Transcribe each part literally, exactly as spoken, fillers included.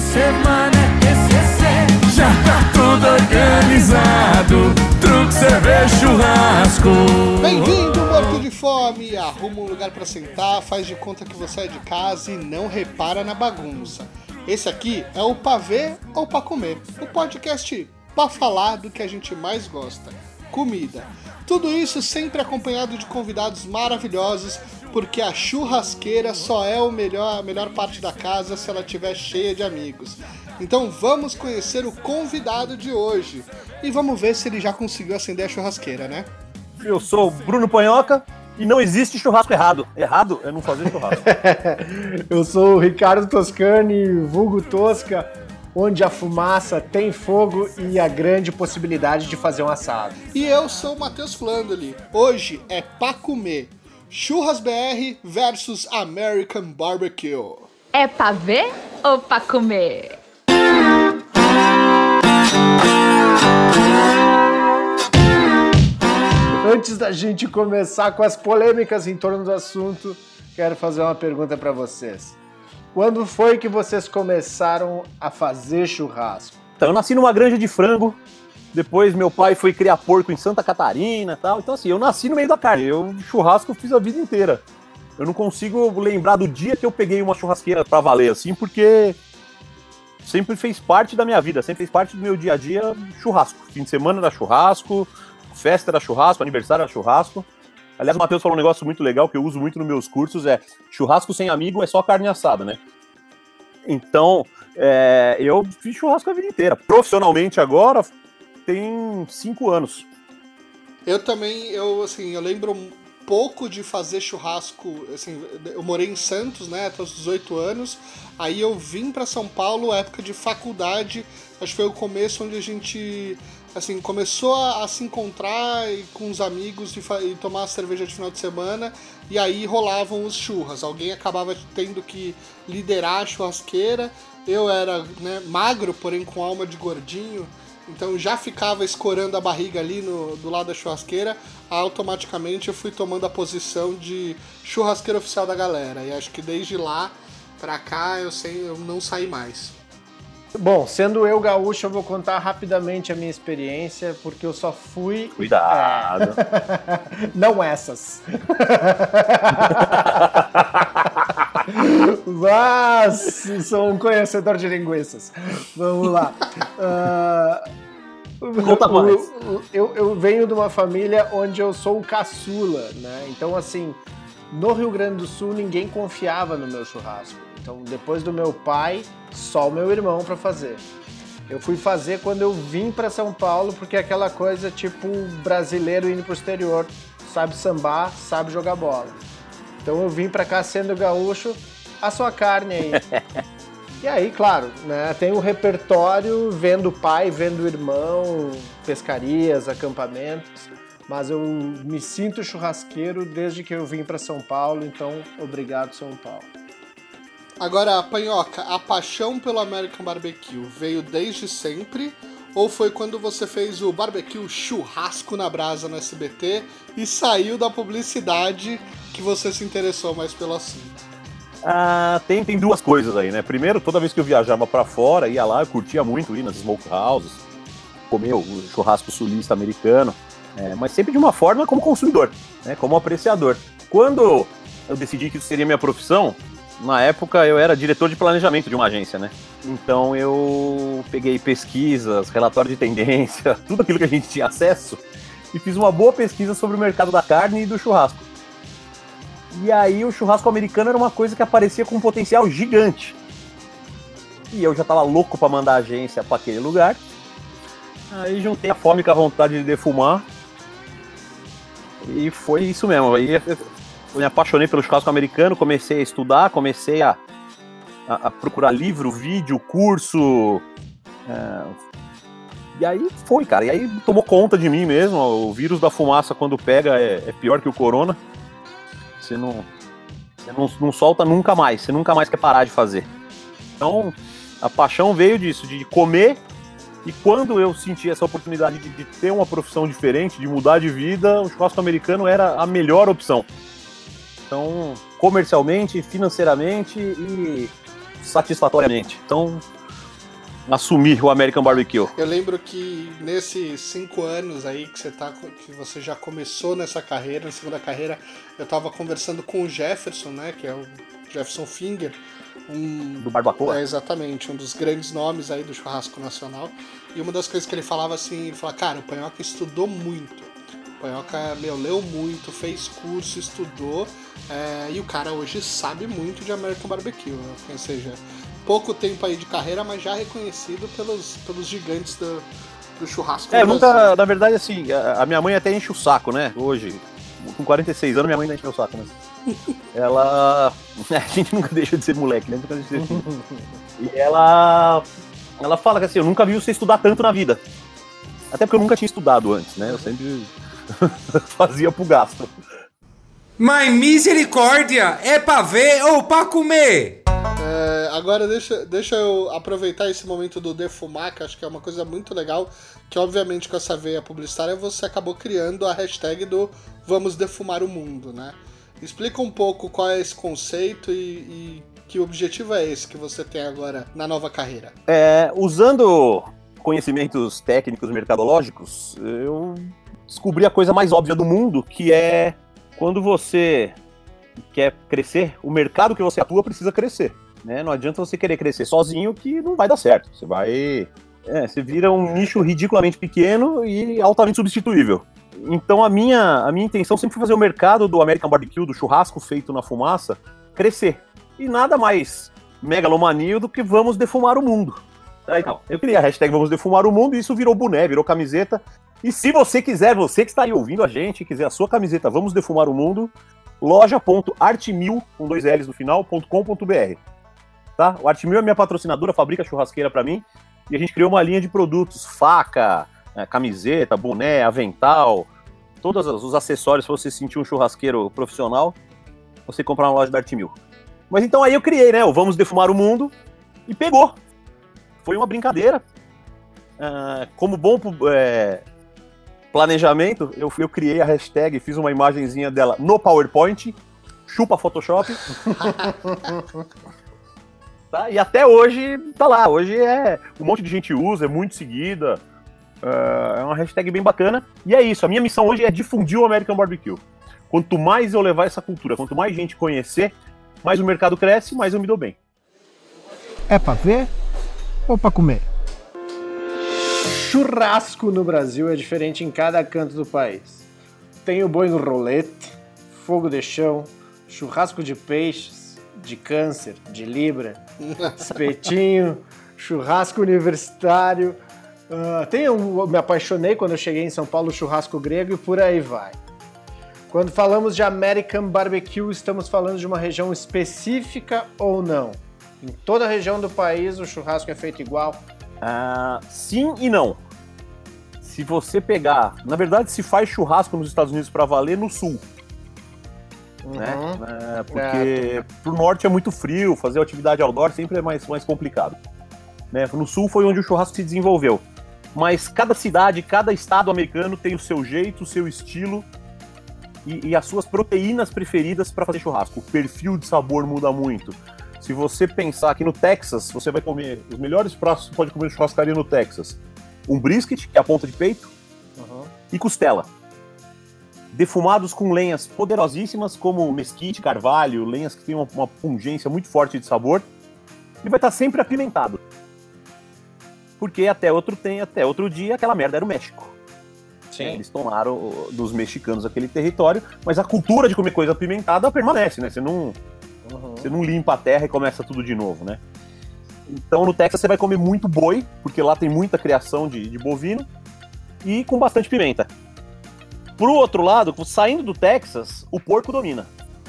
semana é Q C C. Já tá tudo organizado, truque, cerveja, churrasco. Bem-vindo, morto de fome! Arruma um lugar pra sentar, faz de conta que você é de casa e não repara na bagunça. Esse aqui é o Pra Ver ou Pra Comer, o podcast pra falar do que a gente mais gosta, comida. Tudo isso sempre acompanhado de convidados maravilhosos, porque a churrasqueira só é o melhor, a melhor parte da casa se ela estiver cheia de amigos. Então vamos conhecer o convidado de hoje e vamos ver se ele já conseguiu acender a churrasqueira, né? Eu sou o Bruno Panhoca e não existe churrasco errado. Errado é não fazer churrasco. Eu sou o Ricardo Toscani, vulgo Tosca, onde a fumaça tem fogo e a grande possibilidade de fazer um assado. E eu sou o Matheus Flandoli. Hoje é Pra Comer. Churras B R versus American Barbecue. É pra ver ou pra comer? Antes da gente começar com as polêmicas em torno do assunto, quero fazer uma pergunta para vocês. Quando foi que vocês começaram a fazer churrasco? Então, eu nasci numa granja de frango, depois meu pai foi criar porco em Santa Catarina e tal. Então, assim, eu nasci no meio da carne. Eu churrasco eu fiz a vida inteira. Eu não consigo lembrar do dia que eu peguei uma churrasqueira pra valer, assim, porque sempre fez parte da minha vida, sempre fez parte do meu dia a dia churrasco. Fim de semana era churrasco, festa era churrasco, aniversário era churrasco. Aliás, o Matheus falou um negócio muito legal que eu uso muito nos meus cursos, é churrasco sem amigo é só carne assada, né? Então, é, eu fiz churrasco a vida inteira. Profissionalmente agora, tem cinco anos. Eu também, eu assim, eu lembro pouco de fazer churrasco, assim, eu morei em Santos, né, até os dezoito anos, aí eu vim pra São Paulo, época de faculdade, acho que foi o começo onde a gente, assim, começou a, a se encontrar e, com os amigos e, e tomar cerveja de final de semana, e aí rolavam os churras, alguém acabava tendo que liderar a churrasqueira, eu era, né, magro, porém com alma de gordinho, então já ficava escorando a barriga ali no, do lado da churrasqueira, automaticamente eu fui tomando a posição de churrasqueiro oficial da galera. E acho que desde lá pra cá eu, sei, eu não saí mais. Bom, sendo eu gaúcho, eu vou contar rapidamente a minha experiência, porque eu só fui... Cuidado! É... não essas. Mas sou um conhecedor de linguiças. Vamos lá. Uh, Conta mais. Eu, eu venho de uma família onde eu sou o caçula, né? Então, assim, no Rio Grande do Sul, ninguém confiava no meu churrasco. Então, depois do meu pai, só o meu irmão para fazer. Eu fui fazer quando eu vim para São Paulo, porque é aquela coisa tipo brasileiro indo pro exterior, sabe sambar, sabe jogar bola. Então eu vim pra cá sendo gaúcho, a sua carne aí. E aí, claro, né, tem o repertório, vendo o pai, vendo o irmão, pescarias, acampamentos, mas eu me sinto churrasqueiro desde que eu vim pra São Paulo, então obrigado, São Paulo. Agora, Panhoca, a paixão pelo American Barbecue veio desde sempre? Ou foi quando você fez o barbecue churrasco na brasa no S B T e saiu da publicidade que você se interessou mais pelo assunto? Ah, tem, tem duas coisas aí, né? Primeiro, toda vez que eu viajava pra fora, ia lá, eu curtia muito ir nas smokehouses, comer o churrasco sulista americano, é, mas sempre de uma forma como consumidor, né? Como apreciador. Quando eu decidi que isso seria minha profissão, na época eu era diretor de planejamento de uma agência, né? Então eu peguei pesquisas, relatório de tendência, tudo aquilo que a gente tinha acesso e fiz uma boa pesquisa sobre o mercado da carne e do churrasco. E aí o churrasco americano era uma coisa que aparecia com um potencial gigante. E eu já tava louco pra mandar a agência pra aquele lugar. Aí juntei a fome com a vontade de defumar. E foi isso mesmo. Aí eu me apaixonei pelo churrasco americano, comecei a estudar, comecei a, a, a procurar livro, vídeo, curso. É... E aí foi, cara. E aí tomou conta de mim mesmo. O vírus da fumaça, quando pega, é, é pior que o corona. Você não, você não, não solta nunca mais. Você nunca mais quer parar de fazer. Então, a paixão veio disso, de comer. E quando eu senti essa oportunidade de, de ter uma profissão diferente, de mudar de vida, o churrasco americano era a melhor opção. Então, comercialmente, financeiramente e satisfatoriamente. Então, assumir o American Barbecue. Eu lembro que nesses cinco anos aí que você, tá, que você já começou nessa carreira, na segunda carreira, eu tava conversando com o Jefferson, né, que é o Jefferson Finger, um, do Barbacoa? É, exatamente, um dos grandes nomes aí do churrasco nacional. E uma das coisas que ele falava assim, ele falava, cara, o Panhoca estudou muito. O Panhoca, meu, leu muito, fez curso, estudou, é, e o cara hoje sabe muito de American Barbecue, né? Ou seja, pouco tempo aí de carreira, mas já reconhecido pelos, pelos gigantes do, do churrasco. É, nunca, na verdade, assim, a, a minha mãe até enche o saco, né, hoje. Com quarenta e seis anos, minha mãe ainda enche o saco, né? Ela... A gente nunca deixa de ser moleque, né? Nunca deixa de ser filho. E ela... Ela fala que assim, eu nunca vi você estudar tanto na vida. Até porque eu nunca tinha estudado antes, né? Eu sempre fazia pro gasto. Mas misericórdia, é pra ver ou pra comer? É, agora deixa, deixa eu aproveitar esse momento do defumar, que acho que é uma coisa muito legal, que obviamente com essa veia publicitária você acabou criando a hashtag do Vamos Defumar o Mundo, né? Explica um pouco qual é esse conceito e, e que objetivo é esse que você tem agora na nova carreira. É, usando conhecimentos técnicos mercadológicos, eu descobri a coisa mais óbvia do mundo, que é quando você quer crescer, o mercado que você atua precisa crescer, né? Não adianta você querer crescer sozinho que não vai dar certo. Você vai... É, você vira um nicho ridiculamente pequeno e altamente substituível. Então a minha, a minha intenção sempre foi fazer o mercado do American Barbecue, do churrasco feito na fumaça, crescer. E nada mais megalomaníaco do que vamos defumar o mundo. Tá, então, eu criei a hashtag Vamos Defumar o Mundo e isso virou boné, virou camiseta. E se você quiser, você que está aí ouvindo a gente, quiser a sua camiseta Vamos Defumar o Mundo, loja ponto artmil, com dois L's no final, ponto com ponto br. Tá? O Artmil é minha patrocinadora, fabrica churrasqueira para mim, e a gente criou uma linha de produtos, faca, camiseta, boné, avental, todos os acessórios para você sentir um churrasqueiro profissional, você comprar na loja da Artmil. Mas então aí eu criei, né, o Vamos Defumar o Mundo, e pegou. Foi uma brincadeira. Uh, como bom é, planejamento, eu, eu criei a hashtag, fiz uma imagenzinha dela no PowerPoint, chupa Photoshop. Tá? E até hoje tá lá. Hoje é um monte de gente usa, é muito seguida. Uh, é uma hashtag bem bacana. E é isso, a minha missão hoje é difundir o American Barbecue. Quanto mais eu levar essa cultura, quanto mais gente conhecer, mais o mercado cresce, mais eu me dou bem. É pra ver ou pra comer? Churrasco no Brasil é diferente em cada canto do país. Tem o boi no rolete, fogo de chão, churrasco de peixes, de câncer, de libra, espetinho, churrasco universitário. Uh, tem um, me apaixonei quando eu cheguei em São Paulo, churrasco grego, e por aí vai. Quando falamos de American Barbecue, estamos falando de uma região específica ou não? Em toda a região do país o churrasco é feito igual? Uh, sim e não. Se você pegar... Na verdade, se faz churrasco nos Estados Unidos para valer no sul. Uhum. Né? É, porque é. Pro norte é muito frio, fazer atividade outdoor sempre é mais, mais complicado. Né? No sul foi onde o churrasco se desenvolveu. Mas cada cidade, cada estado americano tem o seu jeito, o seu estilo e, e as suas proteínas preferidas para fazer churrasco. O perfil de sabor muda muito. Se você pensar aqui no Texas, você vai comer os melhores pratos que você pode comer no churrascaria no Texas. Um brisket, que é a ponta de peito, uhum. e costela. Defumados com lenhas poderosíssimas, como mesquite, carvalho, lenhas que têm uma, uma pungência muito forte de sabor. E vai estar sempre apimentado. Porque até outro, tem, até outro dia aquela merda era o México. Sim. Eles tomaram dos mexicanos aquele território, mas a cultura de comer coisa apimentada permanece, né? Você não... Uhum. Você não limpa a terra e começa tudo de novo, né? Então no Texas você vai comer muito boi, porque lá tem muita criação de, de bovino, e com bastante pimenta. Pro outro lado, saindo do Texas, o porco domina.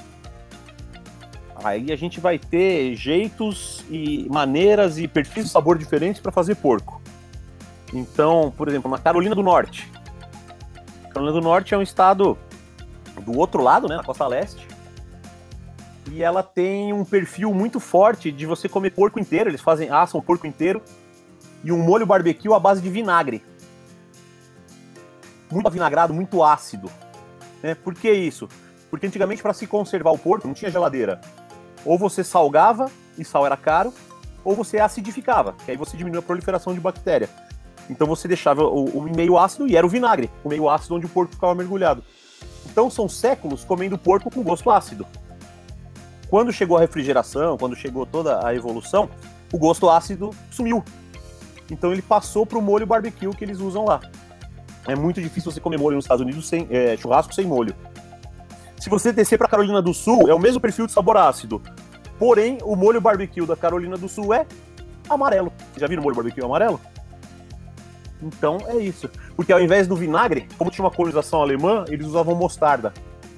Aí a gente vai ter jeitos e maneiras e perfis de sabor diferentes para fazer porco. Então, por exemplo, na Carolina do Norte. Carolina do Norte é um estado do outro lado, né, na costa leste. E ela tem um perfil muito forte de você comer porco inteiro. Eles fazem, assam o porco inteiro e um molho barbecue à base de vinagre. Muito avinagrado, muito ácido. Né? Por que isso? Porque antigamente, para se conservar o porco, não tinha geladeira. Ou você salgava, e sal era caro, ou você acidificava, que aí você diminui a proliferação de bactéria. Então você deixava o, o meio ácido e era o vinagre, o meio ácido onde o porco ficava mergulhado. Então são séculos comendo porco com gosto ácido. Quando chegou a refrigeração, quando chegou toda a evolução, o gosto ácido sumiu. Então ele passou para o molho barbecue que eles usam lá. É muito difícil você comer molho nos Estados Unidos sem é, churrasco sem molho. Se você descer para Carolina do Sul, é o mesmo perfil de sabor ácido. Porém, o molho barbecue da Carolina do Sul é amarelo. Vocês já viram o molho barbecue amarelo? Então é isso. Porque ao invés do vinagre, como tinha uma colonização alemã, eles usavam mostarda.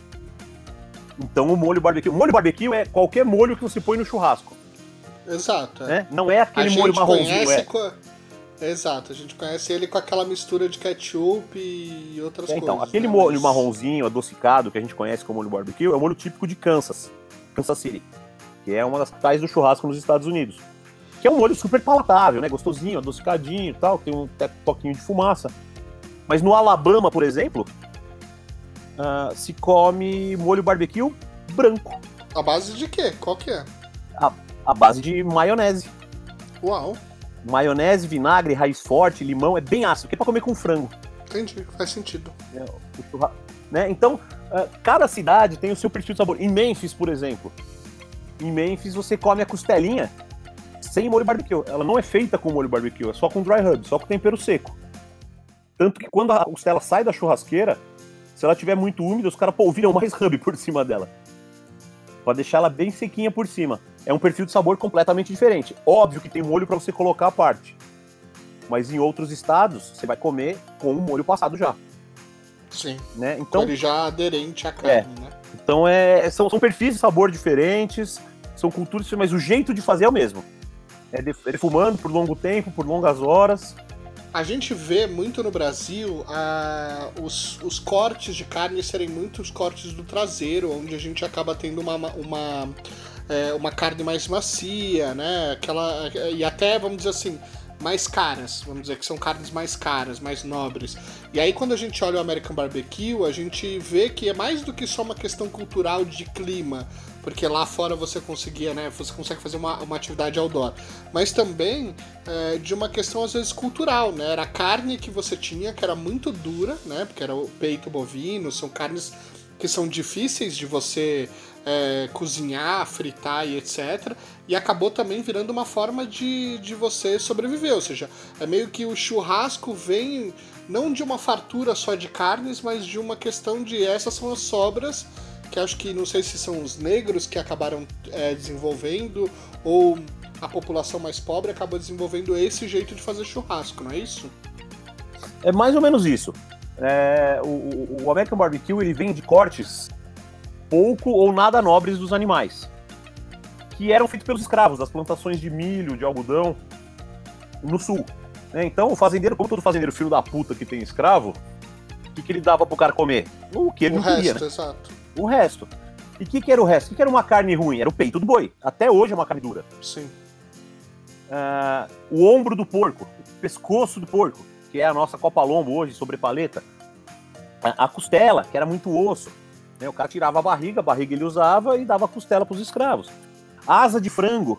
Então o molho barbecue... O molho barbecue é qualquer molho que você põe no churrasco. Exato. É. Né? Não é aquele molho marronzinho. É. Com... Exato, a gente conhece ele com aquela mistura de ketchup e outras é, coisas. Então, aquele né? molho Mas... marronzinho, adocicado, que a gente conhece como molho barbecue, é o molho típico de Kansas. Kansas City. Que é uma das capitais do churrasco nos Estados Unidos. Que é um molho super palatável, né? Gostosinho, adocicadinho e tal, tem um toquinho de fumaça. Mas no Alabama, por exemplo, uh, se come molho barbecue branco. A base de quê? Qual que é? A, a base de maionese. Uau. Maionese, vinagre, raiz forte, limão, é bem ácido, que é pra comer com frango. Entendi, faz sentido. É, o churra... né? Então, uh, cada cidade tem o seu perfil de sabor. Em Memphis, por exemplo, em Memphis você come a costelinha sem molho barbecue. Ela não é feita com molho barbecue, é só com dry rub, só com tempero seco. Tanto que quando a costela sai da churrasqueira, se ela estiver muito úmida, os caras polvilham mais rub por cima dela. Pra deixar ela bem sequinha por cima. É um perfil de sabor completamente diferente. Óbvio que tem molho pra você colocar à parte. Mas em outros estados, você vai comer com o molho passado já. Sim. Né? Então, ele já aderente à carne, é. né? Então é, são, são perfis de sabor diferentes, são culturas, mas o jeito de fazer é o mesmo. É defumando por longo tempo, por longas horas. A gente vê muito no Brasil a, os, os cortes de carne serem muitos cortes do traseiro, onde a gente acaba tendo uma, uma, é, uma carne mais macia, né? Aquela, e até, vamos dizer assim, mais caras, vamos dizer que são carnes mais caras, mais nobres. E aí quando a gente olha o American Barbecue, a gente vê que é mais do que só uma questão cultural de clima, porque lá fora você conseguia, né, você consegue fazer uma, uma atividade outdoor, mas também é, de uma questão às vezes cultural, né, era a carne que você tinha, que era muito dura, né, porque era o peito bovino, são carnes que são difíceis de você é, cozinhar, fritar e etcétera. E acabou também virando uma forma de, de você sobreviver, ou seja, é meio que o churrasco vem não de uma fartura só de carnes, mas de uma questão de essas são as sobras, que acho que não sei se são os negros que acabaram é, desenvolvendo, ou a população mais pobre acabou desenvolvendo esse jeito de fazer churrasco, não é isso? É mais ou menos isso. É, o, o American Barbecue ele vem de cortes pouco ou nada nobres dos animais, que eram feitos pelos escravos das plantações de milho, de algodão, no sul. Né? Então o fazendeiro, como todo fazendeiro filho da puta que tem escravo, o que, que ele dava pro cara comer? O que ele o não resto, queria, né? Exato. O resto. E o que, que era o resto? O que, que era uma carne ruim? Era o peito do boi. Até hoje é uma carne dura. Sim. Uh, o ombro do porco, o pescoço do porco, que é a nossa copa-lombo hoje, sobre paleta. A, a costela, que era muito osso. Né? O cara tirava a barriga, a barriga ele usava e dava a costela para os escravos. Asa de frango.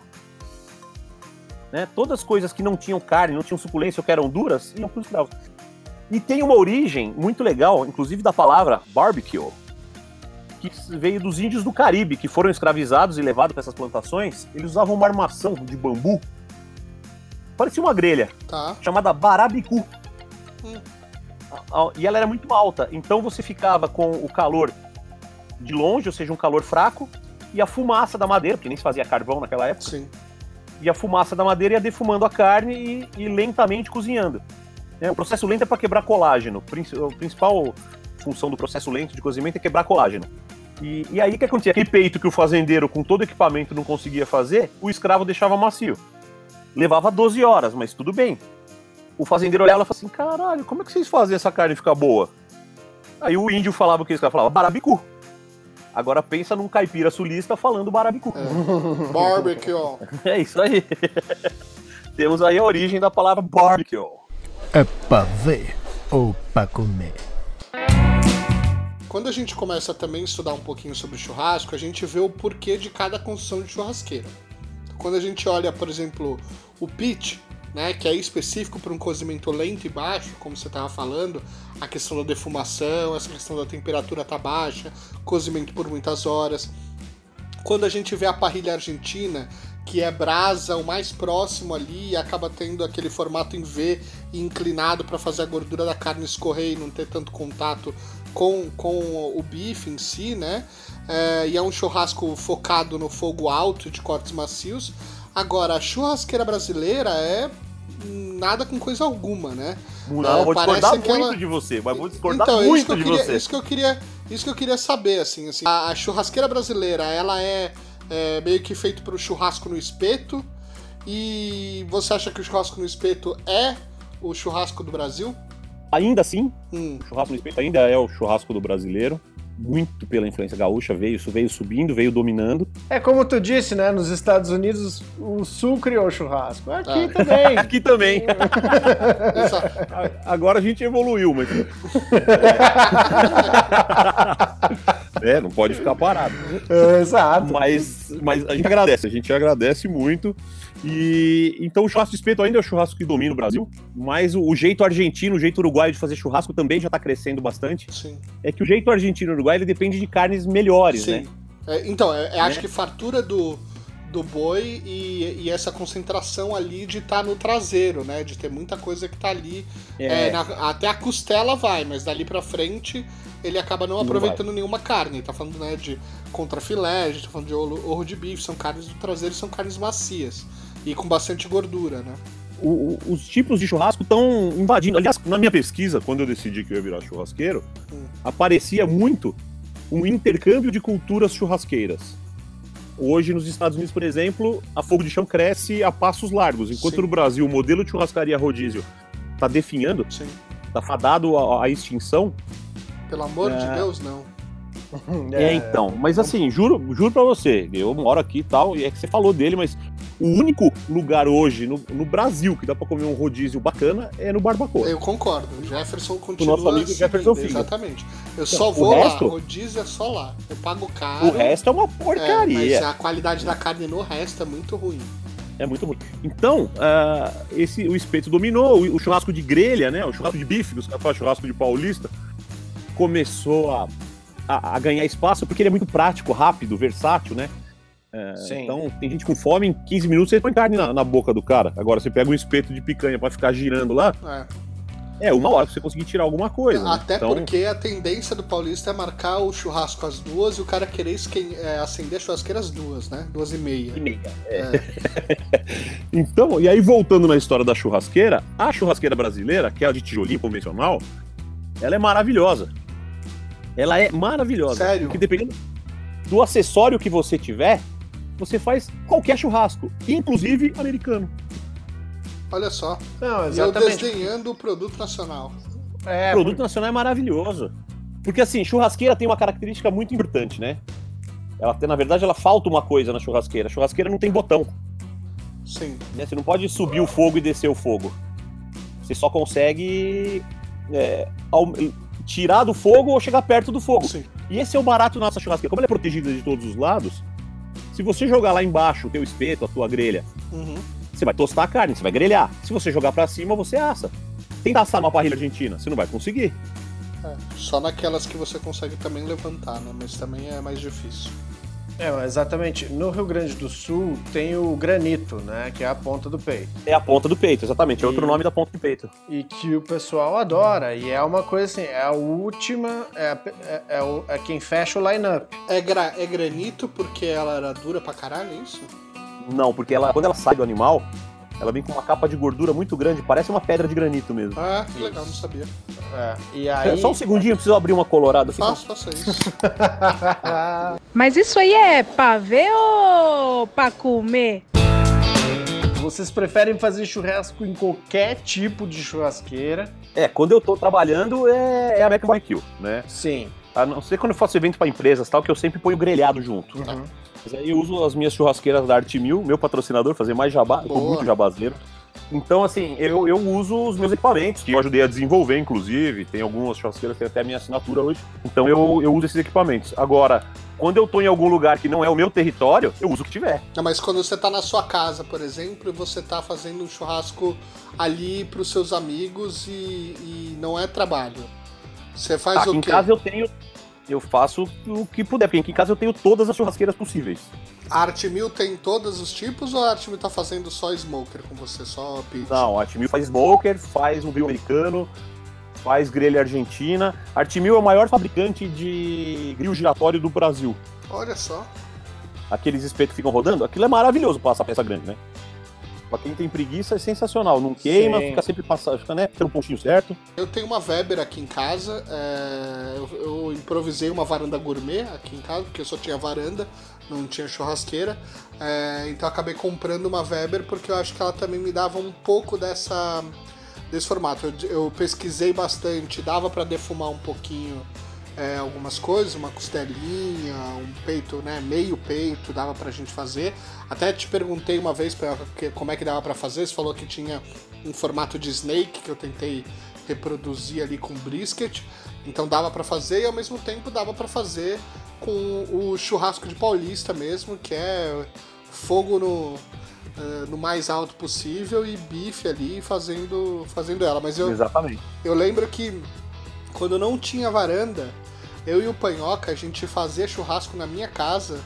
Né? Todas as coisas que não tinham carne, não tinham suculência ou que eram duras, iam para os escravos. E tem uma origem muito legal, inclusive da palavra barbecue, que veio dos índios do Caribe, que foram escravizados e levados para essas plantações. Eles usavam uma armação de bambu, parecia uma grelha, tá. chamada barabicu. Hum. E ela era muito alta, então você ficava com o calor de longe, ou seja, um calor fraco, e a fumaça da madeira, porque nem se fazia carvão naquela época. Sim. E a fumaça da madeira ia defumando a carne e, e lentamente cozinhando. É, o processo lento é para quebrar colágeno. A principal função do processo lento de cozimento é quebrar colágeno. E, e aí o que acontecia? Aquele peito que o fazendeiro com todo o equipamento não conseguia fazer, o escravo deixava macio. Levava doze horas, mas tudo bem. O fazendeiro olhava e falava assim, caralho, como é que vocês fazem essa carne ficar boa? Aí o índio falava o que o escravo falava, barabicu. Agora pensa num caipira sulista falando barabicu. É. Barbecue. É isso aí. Temos aí a origem da palavra barbecue. É pra ver ou pra comer? Quando a gente começa também a estudar um pouquinho sobre churrasco, a gente vê o porquê de cada construção de churrasqueira. Quando a gente olha, por exemplo, o pitch, né, que é específico para um cozimento lento e baixo, como você estava falando, a questão da defumação, essa questão da temperatura tá baixa, cozimento por muitas horas. Quando a gente vê a parrilha argentina, que é brasa o mais próximo ali e acaba tendo aquele formato em V e inclinado para fazer a gordura da carne escorrer e não ter tanto contato com, com o bife em si, né? É, e é um churrasco focado no fogo alto de cortes macios. Agora, a churrasqueira brasileira é nada com coisa alguma, né? Não, é, vou discordar muito aquela... de você, mas vou discordar então, muito isso que de queria, você. Isso que eu queria, isso que eu queria saber, assim, assim a, a churrasqueira brasileira, ela é, é meio que feito para o churrasco no espeto, e você acha que o churrasco no espeto é o churrasco do Brasil? Ainda assim, Hum. o churrasco no espeto ainda é o churrasco do brasileiro, muito pela influência gaúcha, veio, isso veio subindo, veio dominando. É como tu disse, né? Nos Estados Unidos, o Sul criou o churrasco. Aqui Ah. também. Aqui também. Exato. Agora a gente evoluiu, mas... é, não pode ficar parado. É, exato. Mas, mas a gente agradece, a gente agradece muito. E então o churrasco de espeto ainda é o churrasco que domina o Brasil, mas o, o jeito argentino, o jeito uruguaio de fazer churrasco também já está crescendo bastante. Sim. É que o jeito argentino e uruguaio ele depende de carnes melhores, Sim. né? É, então, é, é, acho É. que fartura do, do boi e, e essa concentração ali de estar no traseiro, né? De ter muita coisa que tá ali. É. É, na- até a costela vai, mas dali pra frente ele acaba não Não aproveitando nenhuma carne. Tá falando, né, de contrafilé, a gente tá falando de ouro, ouro de bife, são carnes do traseiro, são carnes macias. E com bastante gordura, né? O- o- os tipos de churrasco estão invadindo. Aliás, na minha pesquisa, quando eu decidi que eu ia virar churrasqueiro, Hum. aparecia muito um intercâmbio de culturas churrasqueiras. Hoje, nos Estados Unidos, por exemplo, a fogo de chão cresce a passos largos, enquanto Sim. no Brasil o modelo de churrascaria rodízio está definhando, Sim. está fadado à, à extinção. Pelo amor de É. Deus, não. É, então. Mas assim, juro, juro pra você, eu moro aqui e tal, e é que você falou dele, mas o único lugar hoje no, no Brasil que dá pra comer um rodízio bacana é no Barbacoa. Eu concordo. O Jefferson continua. nosso amigo seguindo, Jefferson Filho. Exatamente. Eu só o vou resto- lá. Rodízio é só lá. Eu pago caro. O resto é uma É, porcaria. mas a qualidade da carne no resto é muito ruim. É muito ruim. Então, ah, esse, o espeto dominou, o, o churrasco de grelha, né? O churrasco de bife, os caras falam churrasco de paulista, começou a, a, a ganhar espaço porque ele é muito prático, rápido, versátil, né? É, Sim. então, tem gente com fome, em quinze minutos você põe carne na, na boca do cara. Agora, você pega um espeto de picanha pra ficar girando lá, É. é uma hora pra você conseguir tirar alguma coisa. né? Até então, porque a tendência do paulista é marcar o churrasco às duas e o cara querer esquen- é, acender a churrasqueira às duas, né? Duas e meia. e meia, é. Então, e aí voltando na história da churrasqueira, a churrasqueira brasileira, que é a de tijolinho convencional, ela é maravilhosa. Ela é maravilhosa. Sério? Porque dependendo do acessório que você tiver, você faz qualquer churrasco, inclusive americano. Olha só. Não, E eu exatamente. desdenhando o produto nacional. É, O produto nacional é maravilhoso. Porque assim, churrasqueira tem uma característica muito importante, né? Ela tem, na verdade, ela falta uma coisa na churrasqueira. A churrasqueira não tem botão, Sim. né? Você não pode subir o fogo e descer o fogo. Você só consegue é, ao- tirar do fogo ou chegar perto do fogo. Sim. E esse é o barato da nossa churrasqueira. Como ela é protegida de todos os lados, se você jogar lá embaixo o teu espeto, a tua grelha, Uhum. você vai tostar a carne, você vai grelhar. Se você jogar pra cima, você assa. Tenta assar numa parrilha argentina, você não vai conseguir. É, só naquelas que você consegue também levantar, né? Mas também é mais difícil. É, exatamente. No Rio Grande do Sul tem o granito, né? Que é a ponta do peito. É a ponta do peito, exatamente. É outro E- nome da ponta do peito. E que o pessoal adora. E é uma coisa assim, é a última, é, a- é, é o- é quem fecha o line-up. É, gra é granito porque ela era dura pra caralho, é isso? Não, porque ela, quando ela sai do animal, ela vem com uma capa de gordura muito grande, parece uma pedra de granito mesmo. Ah, que legal, não sabia. É, e É, aí... só um segundinho, eu preciso abrir uma colorada aqui. Faço, faça isso. Mas isso aí é pra ver ou pra comer? Vocês preferem fazer churrasco em qualquer tipo de churrasqueira? É, quando eu tô trabalhando, é, é a American Barbecue, né? Sim. A não ser quando eu faço evento pra empresas e tal, que eu sempre ponho grelhado junto. tá? Uhum. Mas aí eu uso as minhas churrasqueiras da Arte Mil, meu patrocinador, fazer mais jabá, eu tô Boa. muito jabazeiro. Então, assim, eu, eu uso os meus equipamentos, que eu ajudei a desenvolver, inclusive. Tem algumas churrasqueiras que tem até a minha assinatura hoje. Então, eu, eu uso esses equipamentos. Agora, quando eu tô em algum lugar que não é o meu território, eu uso o que tiver. Não, mas quando você tá na sua casa, por exemplo, e você tá fazendo um churrasco ali pros seus amigos e, e não é trabalho, você faz Aqui o em quê? casa eu tenho... Eu faço o que puder, porque aqui em casa eu tenho todas as churrasqueiras possíveis. A Artmil tem todos os tipos ou a Artmil tá fazendo só smoker com você, só pit? Não, a Artmil faz smoker, faz um grill americano, faz grelha argentina. A Artmil é o maior fabricante de grill giratório do Brasil. Olha só. Aqueles espetos que ficam rodando, aquilo é maravilhoso pra passar peça grande, né? Pra quem tem preguiça é sensacional, não queima, Sim. fica sempre passando, fica, né, pelo pontinho certo. Eu tenho uma Weber aqui em casa, é, eu, eu improvisei uma varanda gourmet aqui em casa, porque eu só tinha varanda, não tinha churrasqueira, é, então eu acabei comprando uma Weber porque eu acho que ela também me dava um pouco dessa, desse formato. Eu, eu pesquisei bastante, dava pra defumar um pouquinho é, algumas coisas, uma costelinha, um peito, né, meio peito, dava pra gente fazer. Até te perguntei uma vez pra, que, como é que dava pra fazer, você falou que tinha um formato de snake, que eu tentei reproduzir ali com brisket, então dava pra fazer e ao mesmo tempo dava pra fazer com o churrasco de paulista mesmo, que é fogo no, uh, no mais alto possível e bife ali fazendo, fazendo ela. Mas eu, Exatamente. eu lembro que quando não tinha varanda, eu e o Panhoca, a gente fazia churrasco na minha casa,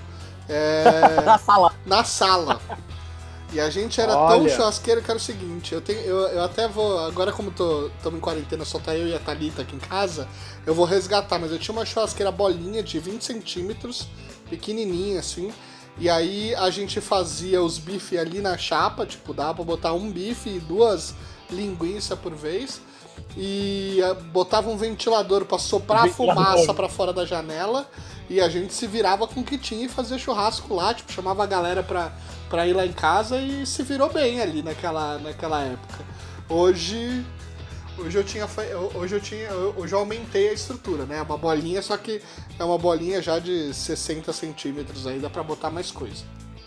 é, Na sala. na sala. E a gente era Olha. tão churrasqueiro que era o seguinte, eu, tenho, eu, eu até vou, agora como tô, estamos em quarentena, só tá eu e a Thalita aqui em casa, eu vou resgatar, mas eu tinha uma churrasqueira bolinha de vinte centímetros, pequenininha assim, e aí a gente fazia os bifes ali na chapa, tipo, dava pra botar um bife e duas linguiças por vez, e eh, botava um ventilador pra soprar a Ventilador. fumaça pra fora da janela, e a gente se virava com o que tinha e fazia churrasco lá, tipo, chamava a galera pra, pra ir lá em casa e se virou bem ali naquela, naquela época. Hoje, hoje eu tinha, hoje eu tinha, hoje eu aumentei a estrutura, né? Uma bolinha, só que é uma bolinha já de sessenta centímetros aí, dá pra botar mais coisa.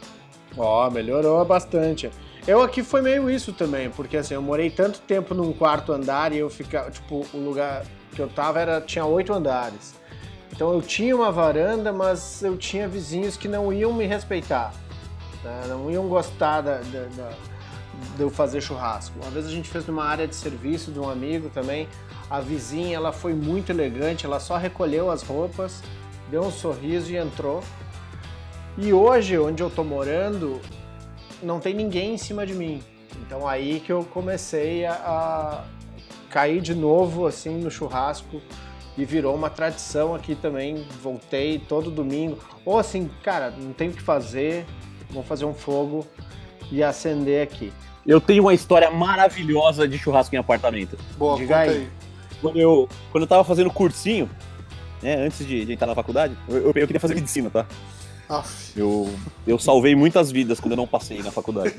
Ó, melhorou bastante. Eu aqui foi meio isso também, porque assim, eu morei tanto tempo num quarto andar e eu ficava, tipo, o lugar que eu tava era, tinha oito andares. Então eu tinha uma varanda, mas eu tinha vizinhos que não iam me respeitar, né? Não iam gostar da, da, da, de eu fazer churrasco. Uma vez a gente fez numa área de serviço de um amigo também, a vizinha, ela foi muito elegante, ela só recolheu as roupas, deu um sorriso e entrou. E hoje, onde eu tô morando, não tem ninguém em cima de mim. Então aí que eu comecei a, a cair de novo assim no churrasco e virou uma tradição aqui também. Voltei todo domingo. Ou assim, cara, não tem o que fazer, vou fazer um fogo e acender aqui. Eu tenho uma história maravilhosa de churrasco em apartamento. Boa, Diga conta aí. aí. Quando eu, quando eu tava fazendo cursinho, né, antes de, de entrar na faculdade, eu, eu, eu queria fazer medicina, tá? Aff. Eu, eu salvei muitas vidas quando eu não passei na faculdade.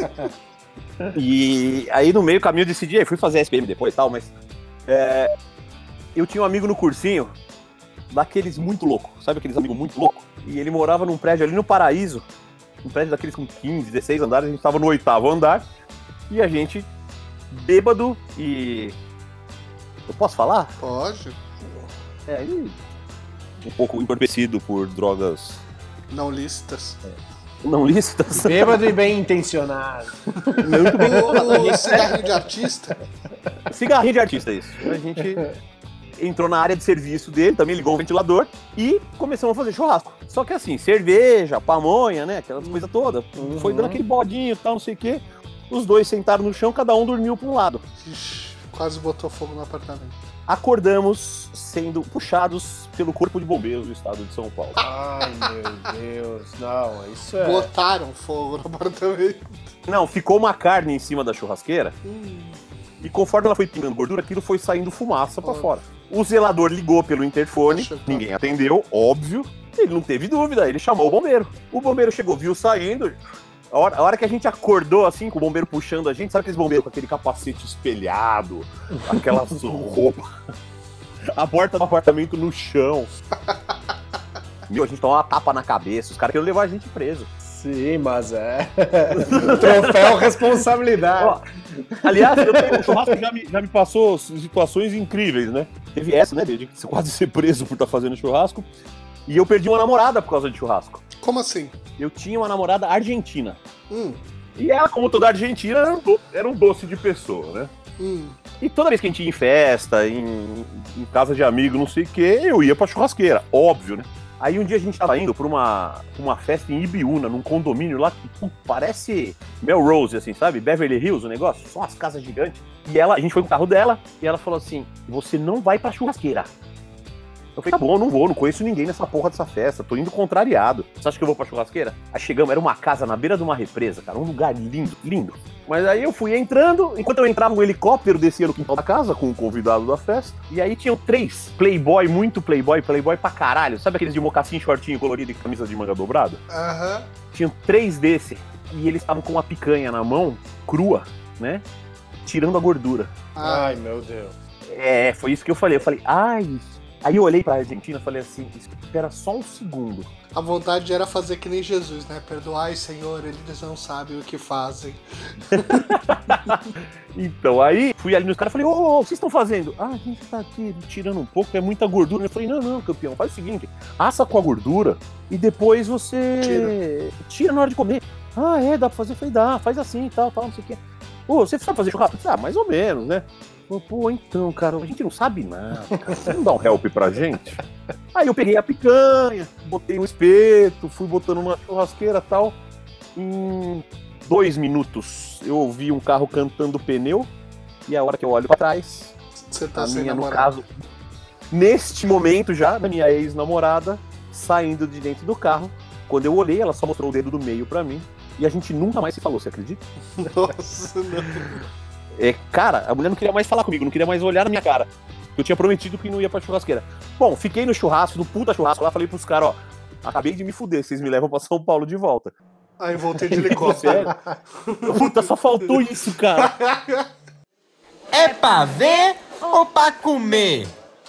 E aí no meio do caminho eu decidi, aí fui fazer S P M depois e tal, mas é, eu tinha um amigo no cursinho, daqueles muito loucos, sabe aqueles amigos muito loucos? E ele morava num prédio ali no Paraíso, um prédio daqueles com quinze, dezesseis andares, a gente tava no oitavo andar, e a gente, bêbado e... Eu posso falar? Pode. É, e um pouco entorpecido por drogas Não listas. não lícitas. Bêbado e bem intencionado. Muito bem. O cigarrinho de artista. Cigarrinho de artista, isso. A gente entrou na área de serviço dele, também ligou um ventilador e começamos a fazer churrasco. Só que assim, cerveja, pamonha, né, aquelas coisas todas. Uhum. Foi dando aquele bodinho e tal, não sei o quê. Os dois sentaram no chão, cada um dormiu para um lado. Ixi, quase botou fogo no apartamento. Acordamos sendo puxados pelo Corpo de Bombeiros do estado de São Paulo. Ai, meu Deus. Não, isso é... Botaram fogo no apartamento. Não, ficou uma carne em cima da churrasqueira Hum, e conforme ela foi pingando gordura, aquilo foi saindo fumaça pra Oh. fora. O zelador ligou pelo interfone, Poxa, tá. ninguém atendeu, óbvio. Ele não teve dúvida, ele chamou o bombeiro. O bombeiro chegou, viu saindo. A hora, a hora que a gente acordou, assim, com o bombeiro puxando a gente, sabe aqueles bombeiros com aquele capacete espelhado, aquelas roupas, a porta do apartamento no chão. Meu, a gente tomou uma tapa na cabeça, os caras queriam levar a gente preso. Sim, mas é... Troféu responsabilidade. Ó, Aliás, eu tenho, o churrasco já me, já me passou situações incríveis, né? Teve essa, né, de quase ser preso por estar fazendo churrasco. E eu perdi uma namorada por causa de churrasco. Como assim? Eu tinha uma namorada argentina. Hum. E ela, como toda argentina, era um, do, era um doce de pessoa, né? Hum. E toda vez que a gente ia em festa, em, em casa de amigo, não sei o quê, eu ia pra churrasqueira, óbvio, né? Aí um dia a gente tava indo pra uma, uma festa em Ibiúna, num condomínio lá que pô, parece Melrose, assim, sabe? Beverly Hills, o negócio, só as casas gigantes. E ela, a gente foi no carro dela e ela falou assim, você não vai pra churrasqueira. Eu falei, tá bom, não vou, não conheço ninguém nessa porra dessa festa, tô indo contrariado. Você acha que eu vou pra churrasqueira? Aí chegamos, era uma casa na beira de uma represa, cara, um lugar lindo, lindo. Mas aí eu fui entrando, enquanto eu entrava, um helicóptero descia no quintal da casa com o convidado da festa. E aí tinham três playboy, muito playboy, playboy pra caralho. Sabe aqueles de mocassim, shortinho colorido e camisa de manga dobrada? Aham. Uhum. Tinham três desse. E eles estavam com uma picanha na mão, crua, né? Tirando a gordura. Ai, meu Deus. É, foi isso que eu falei. Eu falei, ai... Aí eu olhei pra Argentina e falei assim, espera só um segundo. A vontade era fazer que nem Jesus, né? Perdoai, Senhor, eles não sabem o que fazem. Então, aí fui ali nos caras e falei, ô, ô, vocês estão fazendo? Ah, a gente tá aqui tirando um pouco, é muita gordura. Eu falei, não, não, campeão, faz o seguinte, assa com a gordura e depois você tira, tira na hora de comer. Ah, é, dá pra fazer? Eu falei, dá, faz assim e tal, tal, não sei o quê. Ô, você sabe fazer churrasco? Ah, mais ou menos, né? Pô, então, cara, a gente não sabe nada, cara. Você não dá um help pra gente? Aí eu peguei a picanha, botei no espeto, fui botando uma churrasqueira e tal. Em dois minutos eu ouvi um carro cantando pneu e a hora que eu olho pra trás, Você tá a sem minha, no namorado. caso, neste momento já, da minha ex-namorada, saindo de dentro do carro. Quando eu olhei, ela só mostrou o dedo do meio pra mim e a gente nunca mais se falou, você acredita? Nossa, não. É, cara, a mulher não queria mais falar comigo, não queria mais olhar na minha cara. Eu tinha prometido que não ia pra churrasqueira. Bom, fiquei no churrasco, no puta churrasco lá, falei pros caras, ó, acabei de me fuder, vocês me levam pra São Paulo de volta. Aí voltei de helicóptero. Puta, só faltou isso, cara. É pra ver ou pra comer?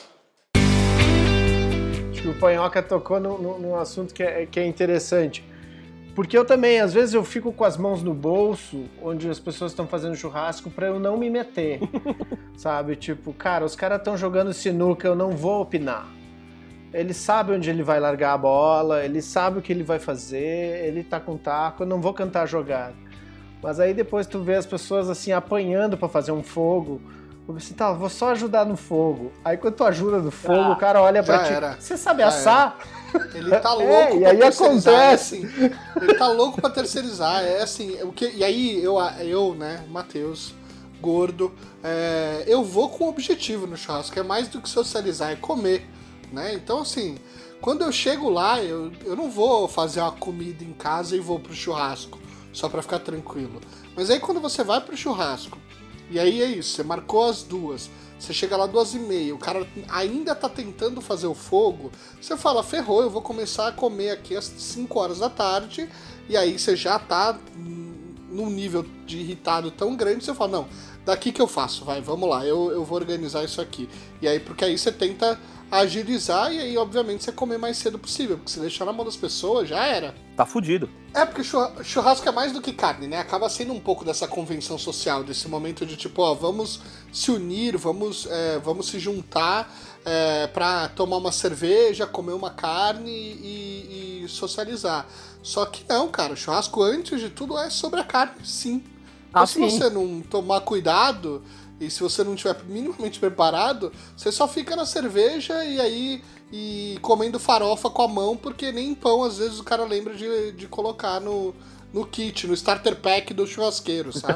Acho que o Panhoca tocou num, num, num assunto que é, que é interessante. Porque eu também, às vezes eu fico com as mãos no bolso, onde as pessoas estão fazendo churrasco, pra eu não me meter, sabe? Tipo, cara, os caras estão jogando sinuca, eu não vou opinar. Ele sabe onde ele vai largar a bola, ele sabe o que ele vai fazer, ele tá com taco, eu não vou cantar jogada. Mas aí depois tu vê as pessoas assim apanhando pra fazer um fogo, eu assim, tá, vou só ajudar no fogo. Aí quando tu ajuda no fogo, ah, o cara olha pra ti, era. Você sabe já assar? Era. Ele tá louco é, pra e aí terceirizar, acontece. É assim, ele tá louco pra terceirizar, é assim, o que, e aí eu, eu né, Matheus, gordo, é, eu vou com um objetivo no churrasco, é mais do que socializar, é comer, né, então assim, quando eu chego lá, eu, eu não vou fazer uma comida em casa e vou pro churrasco, só pra ficar tranquilo, mas aí quando você vai pro churrasco, e aí é isso, você marcou as duas, você chega lá duas e meia, o cara ainda tá tentando fazer o fogo, você fala, ferrou, eu vou começar a comer aqui às cinco horas da tarde, e aí você já tá num nível de irritado tão grande, você fala, não, daqui que eu faço, vai, vamos lá, eu, eu vou organizar isso aqui. E aí, porque aí você tenta agilizar e aí, obviamente, você comer mais cedo possível, porque se deixar na mão das pessoas, já era. Tá fudido. É, porque churrasco é mais do que carne, né? Acaba sendo um pouco dessa convenção social, desse momento de tipo, ó, vamos se unir, vamos, é, vamos se juntar é, pra tomar uma cerveja, comer uma carne e, e socializar. Só que não, cara, churrasco antes de tudo é sobre a carne, sim. Ah, então, se sim. você não tomar cuidado e se você não estiver minimamente preparado, você só fica na cerveja e aí e comendo farofa com a mão, porque nem pão às vezes o cara lembra de, de colocar no, no kit, no starter pack do churrasqueiro, sabe?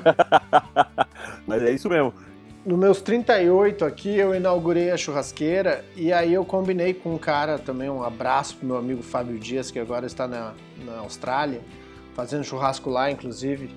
Mas é isso mesmo. Nos meus trinta e oito aqui, eu inaugurei a churrasqueira e aí eu combinei com um cara também, um abraço pro meu amigo Fábio Dias, que agora está na, na Austrália, fazendo churrasco lá, inclusive.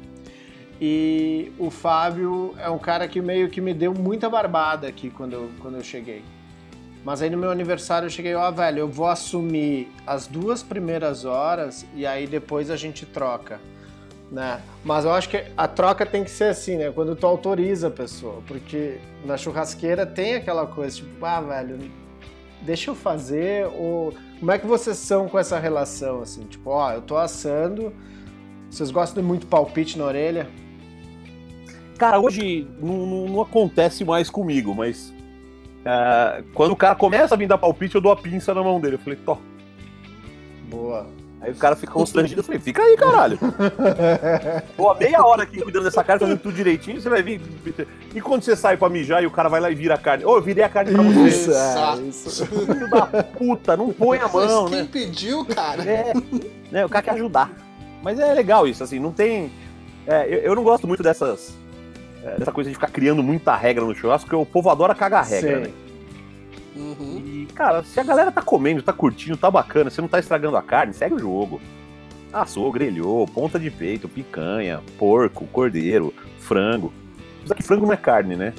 E o Fábio é um cara que meio que me deu muita barbada aqui quando eu, quando eu cheguei. Mas aí no meu aniversário eu cheguei, ó, velho, eu vou assumir as duas primeiras horas e aí depois a gente troca. Né? Mas eu acho que a troca tem que ser assim, né? Quando tu autoriza a pessoa, porque na churrasqueira tem aquela coisa, tipo, ah, velho, deixa eu fazer, ou como é que vocês são com essa relação, assim? Tipo, ó, eu tô assando, vocês gostam de muito palpite na orelha? Cara, hoje não, não, não acontece mais comigo, mas uh, quando o cara começa a me dar palpite, eu dou a pinça na mão dele. Eu falei, tó. Boa. Aí o cara fica constrangido, eu falei, fica aí, caralho. Pô, meia hora aqui cuidando dessa carne, fazendo tudo direitinho, você vai vir. E quando você sai pra mijar e o cara vai lá e vira a carne? Ô, eu virei a carne pra você. Isso, é, isso. Filho da puta, não põe a mão, Mas quem né? pediu, cara? É, né, o cara quer ajudar. Mas é legal isso, assim, não tem... É, eu, eu não gosto muito dessas... É, dessa coisa de ficar criando muita regra no churrasco, porque o povo adora cagar regra, Sim. né? Uhum. E, cara, se a galera tá comendo, tá curtindo, tá bacana, você não tá estragando a carne, segue o jogo. Assou, grelhou, ponta de peito, picanha, porco, cordeiro, frango. Apesar que frango não é carne, né?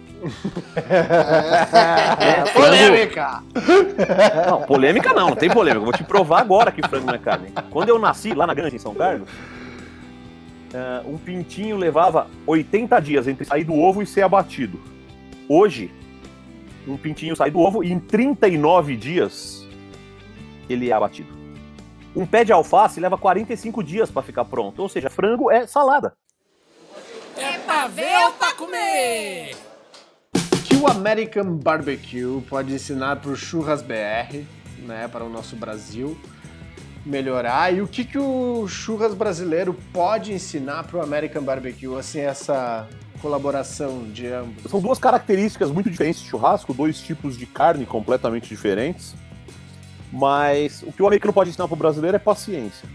É, polêmica! Não, polêmica não, não tem polêmica. Eu vou te provar agora que frango não é carne. Quando eu nasci lá na Granja, em São Carlos, uh, um pintinho levava oitenta dias entre sair do ovo e ser abatido. Hoje, um pintinho sai do ovo e em trinta e nove dias ele é abatido. Um pé de alface leva quarenta e cinco dias para ficar pronto. Ou seja, frango é salada. É pra ver ou pra comer? Que o American Barbecue pode ensinar para o Churras B R, né, para o nosso Brasil melhorar, e o que, que o Churras brasileiro pode ensinar para o American Barbecue, assim, essa colaboração de ambos? São duas características muito diferentes de churrasco, dois tipos de carne completamente diferentes, mas o que o americano pode ensinar para o brasileiro é paciência.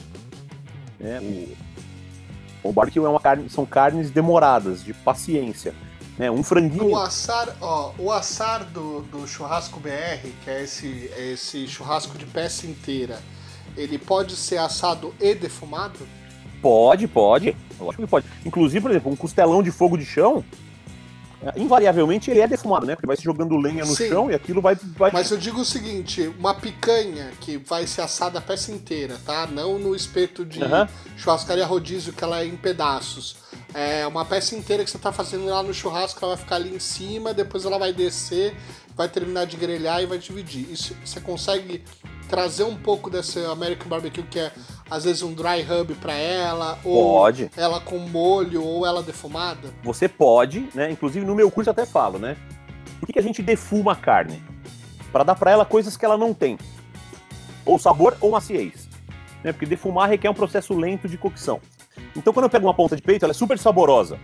É, o, o barbecue é uma carne, são carnes demoradas, de paciência. Né, um franguinho. O assar, ó, o assar do, do churrasco B R, que é esse, esse churrasco de peça inteira, ele pode ser assado e defumado? Pode, pode. Eu acho que pode. Inclusive, por exemplo, um costelão de fogo de chão, invariavelmente ele é defumado, né? Porque vai se jogando lenha no Sim. chão e aquilo vai, vai... Mas eu digo o seguinte, uma picanha que vai ser assada a peça inteira, tá? Não no espeto de Uhum. churrascaria rodízio, que ela é em pedaços. É uma peça inteira que você tá fazendo lá no churrasco, ela vai ficar ali em cima, depois ela vai descer, vai terminar de grelhar e vai dividir. Isso você consegue trazer um pouco desse American Barbecue, que é às vezes um dry rub pra ela, ou Pode. ela com molho, ou ela defumada? Você pode, né? Inclusive no meu curso eu até falo, né? Por que, que a gente defuma a carne? Para dar para ela coisas que ela não tem. Ou sabor ou maciez. Né? Porque defumar requer um processo lento de cocção. Então quando eu pego uma ponta de peito, ela é super saborosa.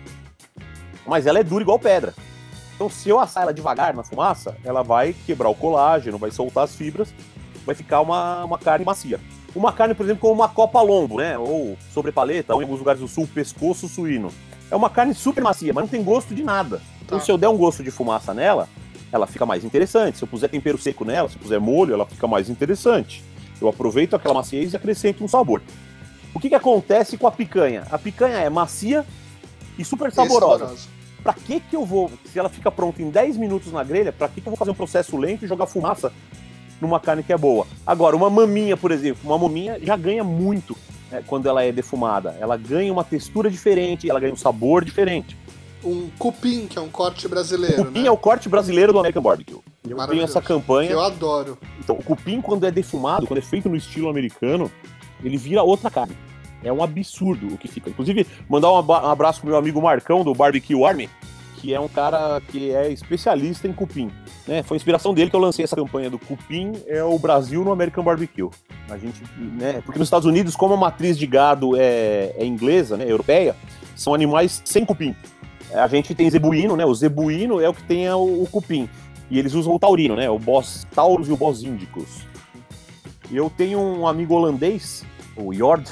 Mas ela é dura igual pedra. Então se eu assar ela devagar na fumaça, ela vai quebrar o colágeno, vai soltar as fibras, vai ficar uma, uma carne macia. Uma carne, por exemplo, como uma copa lombo, né? Ou sobrepaleta, ou em alguns lugares do sul, pescoço suíno. É uma carne super macia, mas não tem gosto de nada. Então Tá. se eu der um gosto de fumaça nela, ela fica mais interessante. Se eu puser tempero seco nela, se eu puser molho, ela fica mais interessante. Eu aproveito aquela maciez e acrescento um sabor. O que, que acontece com a picanha? A picanha é macia e super saborosa. Saborosa. Pra que que eu vou, se ela fica pronta em dez minutos na grelha, pra que que eu vou fazer um processo lento e jogar fumaça numa carne que é boa? Agora, uma maminha, por exemplo, uma maminha já ganha muito, né, quando ela é defumada. Ela ganha uma textura diferente, ela ganha um sabor diferente. Um cupim, que é um corte O brasileiro, cupim né? é o corte brasileiro do American Barbecue. Eu tenho Maravilhoso. essa campanha. Que eu adoro. Então, o cupim, quando é defumado, quando é feito no estilo americano, ele vira outra carne. É um absurdo o que fica. Inclusive, mandar um aba- um abraço pro meu amigo Marcão, do Barbecue Army, que é um cara que é especialista em cupim. Né? Foi a inspiração dele que eu lancei essa campanha do cupim, é o Brasil no American Barbecue. A gente, né, porque nos Estados Unidos, como a matriz de gado é, é inglesa, né, europeia, são animais sem cupim. A gente tem zebuíno, né? O zebuíno é o que tem o, o cupim. E eles usam o taurino, né? O Bos Taurus e o Bos Índicos. E eu tenho um amigo holandês, o Jord,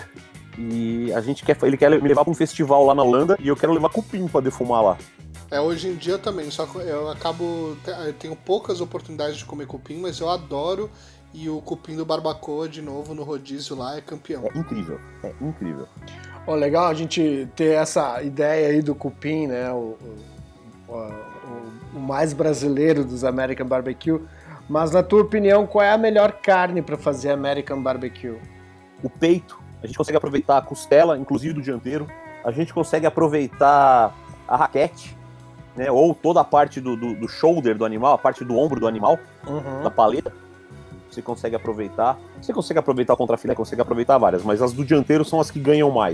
e a gente quer, ele quer me levar para um festival lá na Holanda e eu quero levar cupim para defumar lá. É, hoje em dia também, só que eu acabo... Eu tenho poucas oportunidades de comer cupim, mas eu adoro, e o cupim do Barbacoa, de novo, no rodízio lá, é campeão. É incrível, é incrível. Oh, legal a gente ter essa ideia aí do cupim, né? O, o, o, o mais brasileiro dos American Barbecue. Mas, na tua opinião, qual é a melhor carne para fazer American Barbecue? O peito, a gente consegue aproveitar a costela, inclusive do dianteiro. A gente consegue aproveitar a raquete, né? Ou toda a parte do, do, do shoulder do animal, a parte do ombro do animal, Uhum. da paleta. Você consegue aproveitar. Você consegue aproveitar o contrafilé, consegue aproveitar várias, mas as do dianteiro são as que ganham mais.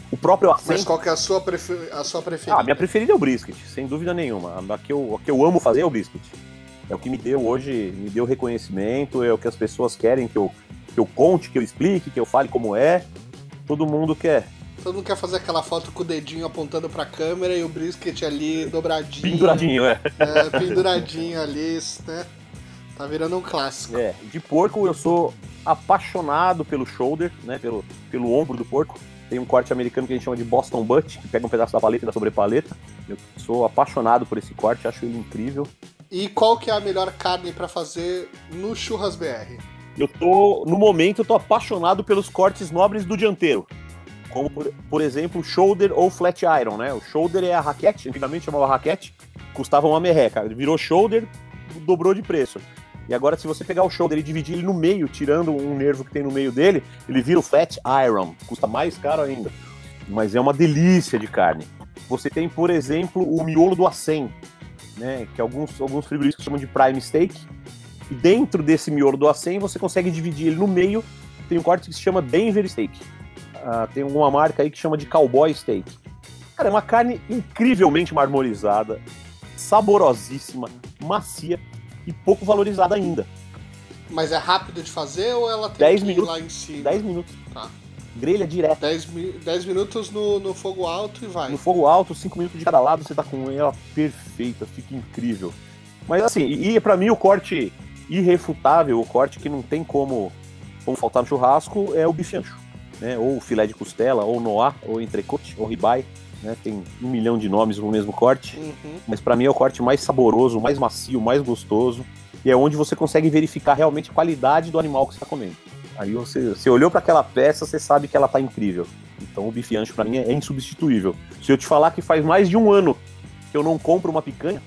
O próprio acém... Mas qual que é a sua, prefer... a sua preferida? Ah, minha preferida é o brisket, sem dúvida nenhuma. A que eu, a que eu amo fazer é o brisket. É o que me deu hoje, me deu reconhecimento, é o que as pessoas querem que eu, que eu conte, que eu explique, que eu fale como é. Todo mundo quer. Todo mundo quer fazer aquela foto com o dedinho apontando pra câmera e o brisket ali dobradinho. Penduradinho, é. É, penduradinho ali, né? Tá virando um clássico. É, de porco eu sou apaixonado pelo shoulder, né, pelo, pelo ombro do porco. Tem um corte americano que a gente chama de Boston Butt, que pega um pedaço da paleta e da sobrepaleta. Eu sou apaixonado por esse corte, acho ele incrível. E qual que é a melhor carne pra fazer no Churras B R? Eu tô, no momento, eu tô apaixonado pelos cortes nobres do dianteiro. Como, por, por exemplo, o shoulder ou flat iron, né? O shoulder é a raquete, antigamente chamava raquete, custava uma merreca. Virou shoulder, dobrou de preço. E agora, se você pegar o shoulder e dividir ele no meio, tirando um nervo que tem no meio dele, ele vira o flat iron. Custa mais caro ainda. Mas é uma delícia de carne. Você tem, por exemplo, o miolo do acém, né? Que alguns, alguns frigoríficos chamam de prime steak. E dentro desse miolo do acém, você consegue dividir ele no meio. Tem um corte que se chama Denver steak. Uh, tem uma marca aí que chama de cowboy steak. Cara, é uma carne incrivelmente marmorizada, saborosíssima, macia e pouco valorizada ainda. Mas é rápido de fazer ou ela tem dez que minutos, ir lá em cima? dez minutos. Tá. Grelha direto. dez minutos no, no fogo alto e vai. No fogo alto, cinco minutos de cada lado, você tá com ela perfeita, fica incrível. Mas assim, e pra mim o corte irrefutável, o corte que não tem como, como faltar no churrasco, é o bife ancho. Né? Ou filé de costela, ou noir, ou entrecote, ou ribeye. Né? Tem um milhão de nomes no mesmo corte. Uhum. Mas pra mim é o corte mais saboroso, mais macio, mais gostoso. E é onde você consegue verificar realmente a qualidade do animal que você tá comendo. Aí você, você olhou para aquela peça, você sabe que ela tá incrível. Então o bife ancho para mim é insubstituível. Se eu te falar que faz mais de um ano que eu não compro uma picanha,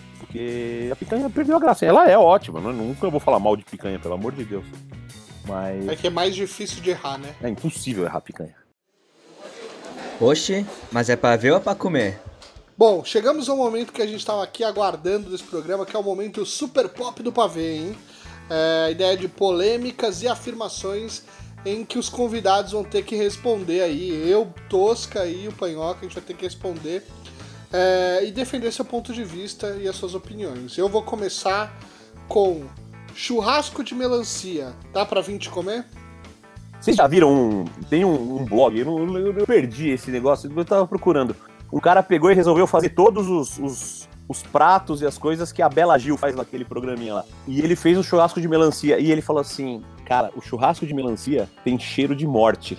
porque a picanha perdeu a graça. Ela é ótima, né? Nunca vou falar mal de picanha, pelo amor de Deus. Mas é que é mais difícil de errar, né? É impossível errar picanha. Oxe, mas é pra ver ou é pra comer? Bom, chegamos ao momento que a gente estava aqui aguardando desse programa, que é o momento super pop do pavê, hein? É, a ideia de polêmicas e afirmações em que os convidados vão ter que responder aí. Eu, Tosca e o Panhoca, a gente vai ter que responder é, e defender seu ponto de vista e as suas opiniões. Eu vou começar com churrasco de melancia. Dá pra vir te comer? Vocês já viram um... Tem um, um blog, eu, não, eu perdi esse negócio, eu tava procurando. Um cara pegou e resolveu fazer todos os... os... os pratos e as coisas que a Bela Gil faz naquele programinha lá. E ele fez um churrasco de melancia. E ele falou assim, cara, o churrasco de melancia tem cheiro de morte.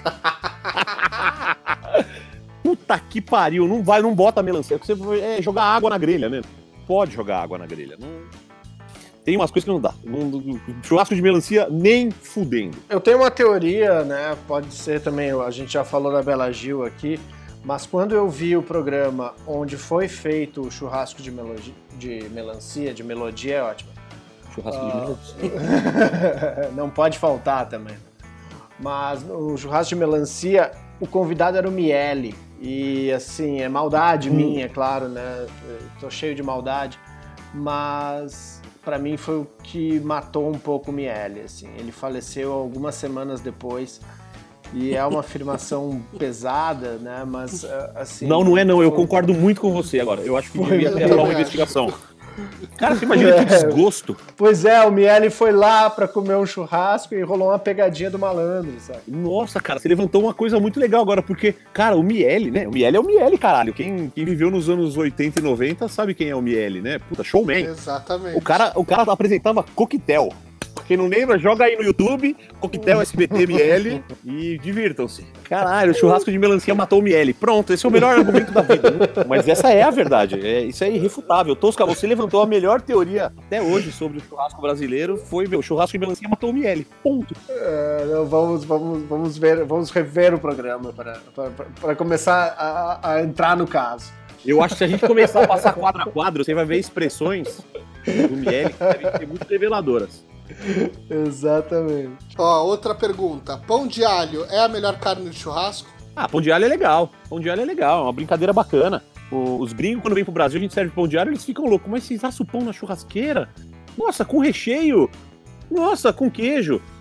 Puta que pariu, não vai, não bota melancia. Você é jogar água na grelha, né? Pode jogar água na grelha. Não... Tem umas coisas que não dá. Não, churrasco de melancia nem fudendo. Eu tenho uma teoria, né? Pode ser também, a gente já falou da Bela Gil aqui. Mas quando eu vi o programa onde foi feito o churrasco de, melodia, de melancia, de melodia é ótimo. Churrasco uh... de melancia. Não pode faltar também. Mas o churrasco de melancia, o convidado era o Miele. E assim, é maldade hum. minha, claro, né? Eu tô cheio de maldade. Mas pra mim foi o que matou um pouco o Miele, assim. Ele faleceu algumas semanas depois. E é uma afirmação pesada, né? Mas, assim... Não, não é não. Eu concordo muito com você agora. Eu acho que devia ter uma investigação. Cara, você imagina que desgosto. Pois é, o Miele foi lá pra comer um churrasco e rolou uma pegadinha do malandro, sabe? Nossa, cara, você levantou uma coisa muito legal agora, porque, cara, o Miele, né? O Miele é o Miele, caralho. Quem, quem viveu nos anos oitenta e noventa sabe quem é o Miele, né? Puta, showman. Exatamente. O cara, o cara apresentava coquetel. Quem não lembra, joga aí no YouTube, Coquetel S B T M L e divirtam-se. Caralho, o churrasco de melancia matou o Miele. Pronto, esse é o melhor argumento da vida. Né? Mas essa é a verdade, é, isso é irrefutável. Tosca, você levantou a melhor teoria até hoje sobre o churrasco brasileiro, foi meu, o churrasco de melancia matou o Miele. Ponto. É, não, vamos, vamos, vamos, ver, vamos rever o programa para, para, para começar a, a entrar no caso. Eu acho que se a gente começar a passar quadro a quadro, você vai ver expressões do Miele que devem ser muito reveladoras. Exatamente. Ó, outra pergunta. Pão de alho é a melhor carne de churrasco? Ah, pão de alho é legal. Pão de alho é legal, é uma brincadeira bacana. O, os gringos, quando vêm pro Brasil, a gente serve pão de alho, eles ficam loucos. Mas vocês assam o pão na churrasqueira? Nossa, com recheio. Nossa, com queijo.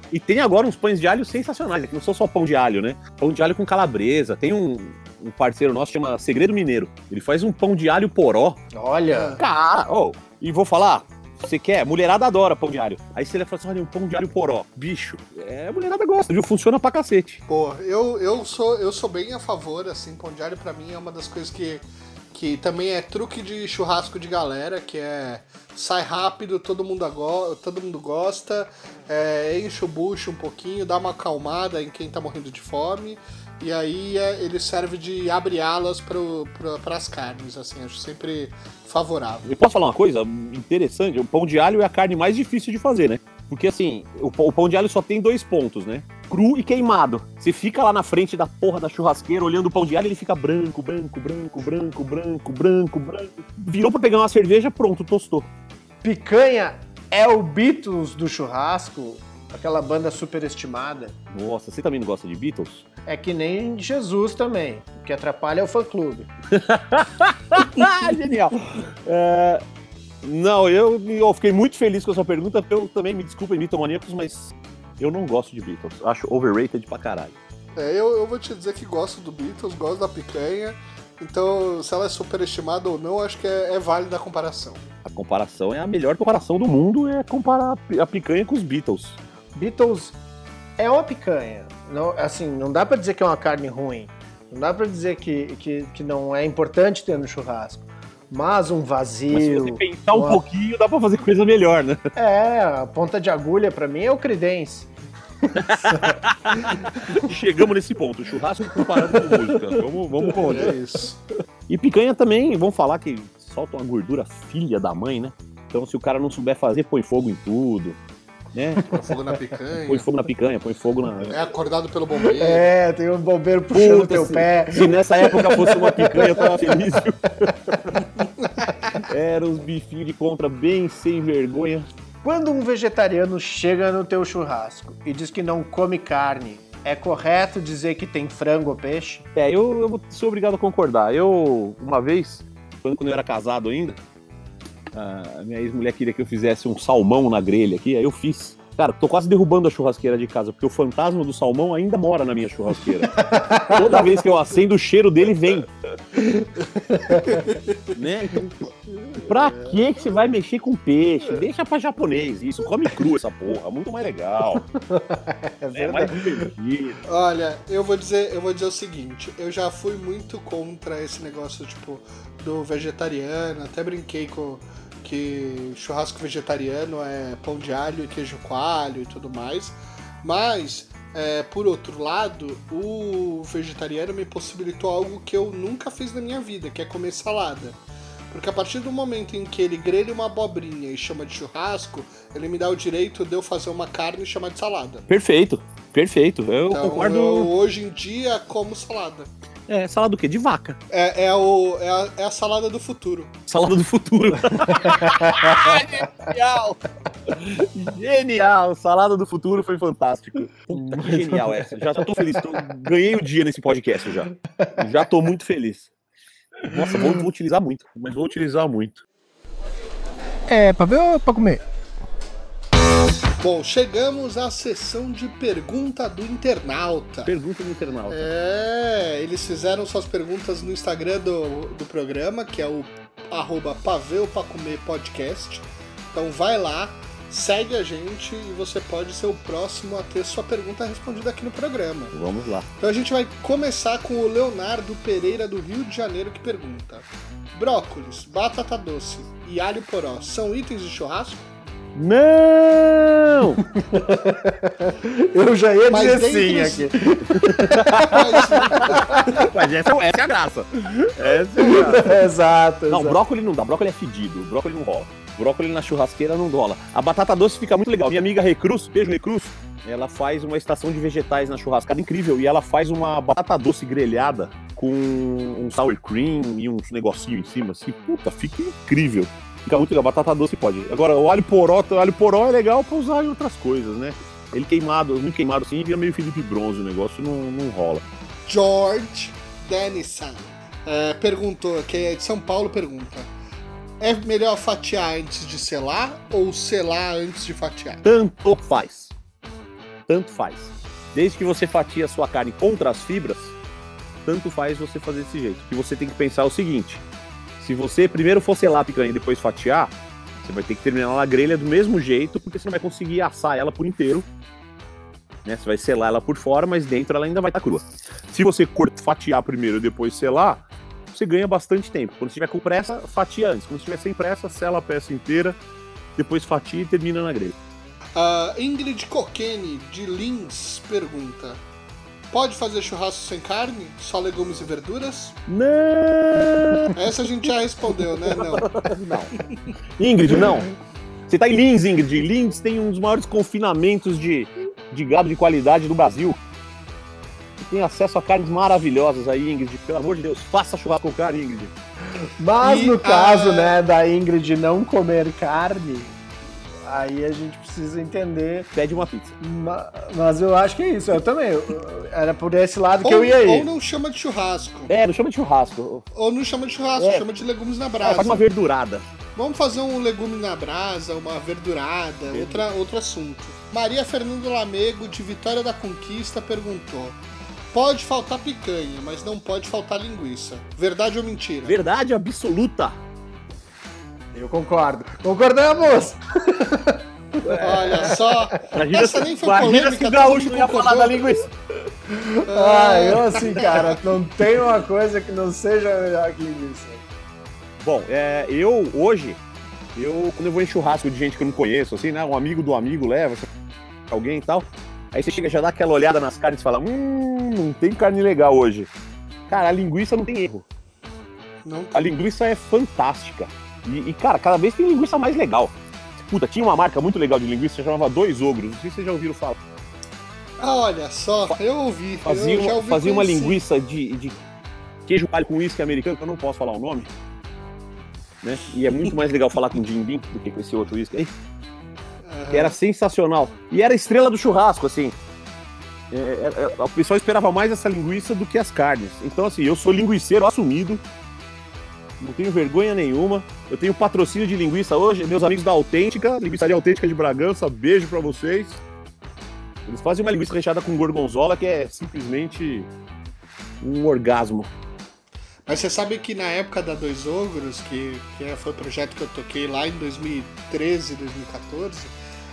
E tem agora uns pães de alho sensacionais, que não são só pão de alho, né? Pão de alho com calabresa. Tem um, um parceiro nosso que chama Segredo Mineiro. Ele faz um pão de alho poró. Olha! Cara, oh, e vou falar, você quer? Mulherada adora pão de alho. Aí você fala assim, olha, um pão de alho poró. Bicho, é, a mulherada gosta, viu? Funciona pra cacete. Pô, eu, eu, sou, eu sou bem a favor, assim, pão de alho pra mim é uma das coisas que, que também é truque de churrasco de galera, que é sai rápido, todo mundo, ago, todo mundo gosta, é, enche o bucho um pouquinho, dá uma acalmada em quem tá morrendo de fome, e aí é, ele serve de abre alas para as carnes, assim, acho sempre favorável. Eu posso falar uma coisa interessante? O pão de alho é a carne mais difícil de fazer, né? Porque assim, o, o pão de alho só tem dois pontos, né? Cru e queimado. Você fica lá na frente da porra da churrasqueira olhando o pão de alho, ele fica branco, branco, branco, branco, branco, branco, branco. Virou pra pegar uma cerveja, pronto, tostou. Picanha é o Beatles do churrasco, aquela banda superestimada. Nossa, você também não gosta de Beatles? É que nem Jesus também, o que atrapalha é o fã-clube. Genial. É... Não, eu, eu fiquei muito feliz com a sua pergunta, porque eu também, me desculpem, mitomaníacos, mas eu não gosto de Beatles. Acho overrated pra caralho. É, eu, eu vou te dizer que gosto do Beatles, gosto da picanha, então se ela é superestimada ou não, acho que é, é válida a comparação. A comparação é a melhor comparação do mundo, é comparar a picanha com os Beatles. Beatles é uma picanha, não, assim, não dá pra dizer que é uma carne ruim, não dá pra dizer que, que, que não é importante ter no churrasco. Mas um vazio... Mas se você pensar uma... um pouquinho, dá pra fazer coisa melhor, né? É, a ponta de agulha pra mim é o Creedence. Chegamos nesse ponto, churrasco comparado com música. Vamos, vamos com É isso. E picanha também, vamos falar que solta uma gordura filha da mãe, né? Então se o cara não souber fazer, põe fogo em tudo, né? Põe fogo na picanha. Põe fogo na picanha, põe fogo na... É acordado pelo bombeiro. É, tem um bombeiro puxando Puta, teu se, pé. Se nessa época fosse uma picanha, eu tava feliz, viu? Era uns bifinhos de compra bem sem vergonha. Quando um vegetariano chega no teu churrasco e diz que não come carne, é correto dizer que tem frango ou peixe? É, eu, eu sou obrigado a concordar. Eu, uma vez, quando, quando eu era casado ainda, a minha ex-mulher queria que eu fizesse um salmão na grelha aqui, aí eu fiz. Cara, tô quase derrubando a churrasqueira de casa, porque o fantasma do salmão ainda mora na minha churrasqueira. Toda vez que eu acendo, o cheiro dele vem. Né? Então, pra que você vai mexer com peixe? Deixa pra japonês isso, come cru essa porra, muito mais legal. É É mais divertido. Olha, eu vou dizer, eu vou dizer o seguinte, eu já fui muito contra esse negócio, tipo, do vegetariano, até brinquei com que churrasco vegetariano é pão de alho e queijo coalho e tudo mais, mas, é, por outro lado, o vegetariano me possibilitou algo que eu nunca fiz na minha vida, que é comer salada. Porque a partir do momento em que ele grelha uma abobrinha e chama de churrasco, ele me dá o direito de eu fazer uma carne e chamar de salada. Perfeito, perfeito. Eu Então, concordo. eu, hoje em dia, como salada. É, salada do quê? De vaca. É, é, o, é, a, é a salada do futuro. Salada do futuro. Genial! Genial! Salada do futuro foi fantástico. Puta, que genial essa. Já tô feliz. Tô, ganhei o dia nesse podcast já. Já tô muito feliz. Nossa, vou, vou utilizar muito. Mas vou utilizar muito. É pra ver ou pra comer? Bom, chegamos à sessão de pergunta do internauta. Pergunta do internauta. É, eles fizeram suas perguntas no Instagram do, do programa, que é o arroba Paveu pra Comer Podcast. Então vai lá, segue a gente e você pode ser o próximo a ter sua pergunta respondida aqui no programa. Vamos lá. Então a gente vai começar com o Leonardo Pereira, do Rio de Janeiro, que pergunta: brócolis, batata doce e alho poró são itens de churrasco? Não! Eu já ia Mas dizer sim dentre aqui. Mas, Mas essa, essa é a graça. Essa é a graça. Exato, Não, exato. brócolis não dá. Brócolis é fedido. Brócolis não rola. Brócolis na churrasqueira não rola. A batata doce fica muito legal. Minha amiga Recruz, beijo Recruz, ela faz uma estação de vegetais na churrascada incrível. E ela faz uma batata doce grelhada com um sour cream e uns negocinhos em cima. Assim, puta, fica incrível. Fica muito legal. Batata doce pode. Agora, o alho poró, o alho poró é legal pra usar em outras coisas, né? Ele queimado, muito queimado assim, vira meio Felipe Bronze. O negócio não, não rola. George Denison é, perguntou, que é de São Paulo, pergunta: é melhor fatiar antes de selar ou selar antes de fatiar? Tanto faz. tanto faz. Desde que você fatia a sua carne contra as fibras, tanto faz você fazer desse jeito. O que você tem que pensar é o seguinte: se você primeiro for selar a picanha e depois fatiar, você vai ter que terminar ela na grelha do mesmo jeito, porque você não vai conseguir assar ela por inteiro. Né? Você vai selar ela por fora, mas dentro ela ainda vai estar crua. Se você fatiar primeiro e depois selar, você ganha bastante tempo. Quando você estiver com pressa, fatia antes. Quando estiver sem pressa, sela a peça inteira, depois fatia e termina na grelha. Uh, Ingrid Kokene, de Lins, pergunta: pode fazer churrasco sem carne? Só legumes e verduras? Não! Essa a gente já respondeu, né? Não. Não. Ingrid, não. Você tá em Lins, Ingrid. Lins tem um dos maiores confinamentos de, de gado de qualidade do Brasil. Você tem acesso a carnes maravilhosas aí, Ingrid. Pelo amor de Deus, faça churrasco com carne, Ingrid. Mas E no caso, a- né, da Ingrid não comer carne, aí a gente precisa entender. Pede uma pizza. Ma- Mas eu acho que é isso, eu também. eu- eu- Era por esse lado que Ou, eu ia ou ir. não chama de churrasco. É, não chama de churrasco. Ou não chama de churrasco, É. chama de legumes na Ah, brasa. faz uma verdurada. Vamos fazer um legume na brasa, uma verdurada, outra, outro assunto. Maria Fernanda Lamego, de Vitória da Conquista, perguntou: pode faltar picanha, mas não pode faltar linguiça. Verdade ou mentira? Verdade absoluta. Eu concordo. Concordamos! Olha só, Imagina essa se, nem foi imagina polêmica, se o todo gaúcho mundo não ia falar concordou. da linguiça. Ah, eu assim, cara, não tem uma coisa que não seja melhor que linguiça. Bom, é, eu hoje, eu quando eu vou em churrasco de gente que eu não conheço, assim, né? Um amigo do amigo leva alguém e tal. Aí você chega, já dá aquela olhada nas carnes e fala: Hum, não tem carne legal hoje. Cara, a linguiça não tem erro. Não A linguiça é fantástica. E, e, cara, cada vez tem linguiça mais legal. Puta, tinha uma marca muito legal de linguiça, chamava Dois Ogros. Não sei se vocês já ouviram falar. Ah, olha só, eu ouvi. Fazia, eu já uma, ouvi fazia uma conhecer. linguiça de, de queijo coalho com uísque americano, que eu não posso falar o nome. Né? E é muito mais legal falar com Jim Beam do que com esse outro uísque aí. Aham. Que era sensacional. E era a estrela do churrasco, assim. É, é, é, o pessoal esperava mais essa linguiça do que as carnes. Então, assim, eu sou linguiceiro assumido. Não tenho vergonha nenhuma. Eu tenho patrocínio de linguiça hoje. Meus amigos da Autêntica, Linguiçaria Autêntica de Bragança, beijo pra vocês. Eles fazem uma linguiça recheada com gorgonzola que é simplesmente um orgasmo. Mas você sabe que na época da Dois Ogros, que, que foi o projeto que eu toquei lá em dois mil e treze, dois mil e quatorze,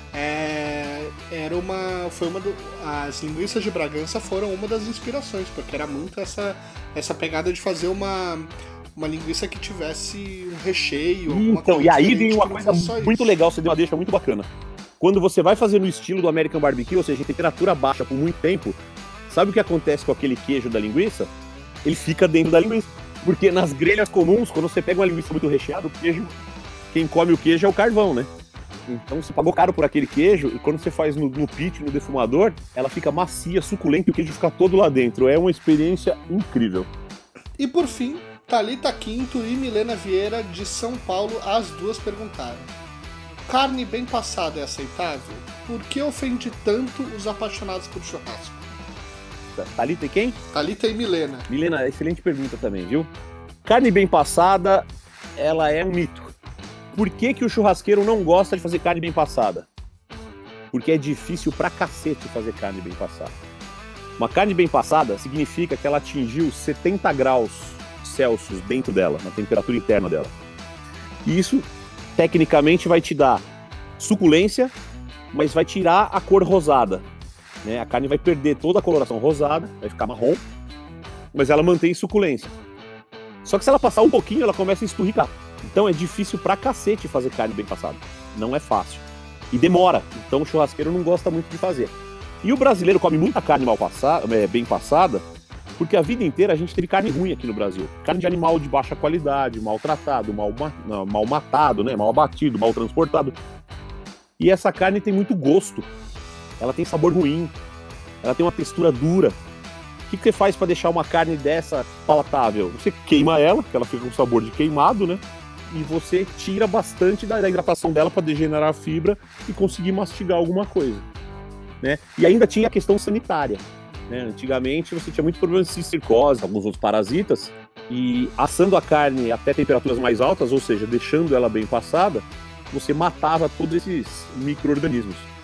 é, era uma, foi uma do, as linguiças de Bragança foram uma das inspirações, porque era muito essa, essa pegada de fazer uma, uma linguiça que tivesse um recheio. alguma Então, coisa e aí diferente, vem uma que não coisa fosse só muito isso. legal, você deu uma deixa muito bacana. Quando você vai fazer no estilo do American Barbecue, ou seja, em temperatura baixa por muito tempo, sabe o que acontece com aquele queijo da linguiça? Ele fica dentro da linguiça. Porque nas grelhas comuns, quando você pega uma linguiça muito recheada, o queijo, quem come o queijo é o carvão, né? Então você pagou caro por aquele queijo, e quando você faz no, no pit, no defumador, ela fica macia, suculenta e o queijo fica todo lá dentro. É uma experiência incrível. E por fim, Thalita Quinto e Milena Vieira, de São Paulo, as duas perguntaram: carne bem passada é aceitável? Por que ofende tanto os apaixonados por churrasco? Thalita e quem? Thalita e Milena. Milena, excelente pergunta também, viu? Carne bem passada, ela é um mito. Por que que o churrasqueiro não gosta de fazer carne bem passada? Porque é difícil pra cacete fazer carne bem passada. Uma carne bem passada significa que ela atingiu setenta graus Celsius dentro dela, na temperatura interna dela. E isso, tecnicamente, vai te dar suculência, mas vai tirar a cor rosada. Né? A carne vai perder toda a coloração rosada, vai ficar marrom, mas ela mantém suculência. Só que se ela passar um pouquinho, ela começa a esturricar. Então é difícil pra cacete fazer carne bem passada. Não é fácil. E demora. Então o churrasqueiro não gosta muito de fazer. E o brasileiro come muita carne mal passada, bem passada, porque a vida inteira a gente teve carne ruim aqui no Brasil. Carne de animal de baixa qualidade, maltratado, mal, ma- mal matado, né? Mal abatido, mal transportado. E essa carne tem muito gosto. Ela tem sabor ruim, ela tem uma textura dura. O que, que você faz para deixar uma carne dessa palatável? Você queima ela, porque ela fica com sabor de queimado, né? E você tira bastante da, da hidratação dela para degenerar a fibra e conseguir mastigar alguma coisa, né? E ainda tinha a questão sanitária, né? Antigamente você tinha muito problema de cisticercose, alguns outros parasitas, e assando a carne até temperaturas mais altas, ou seja, deixando ela bem passada, você matava todos esses micro-organismos.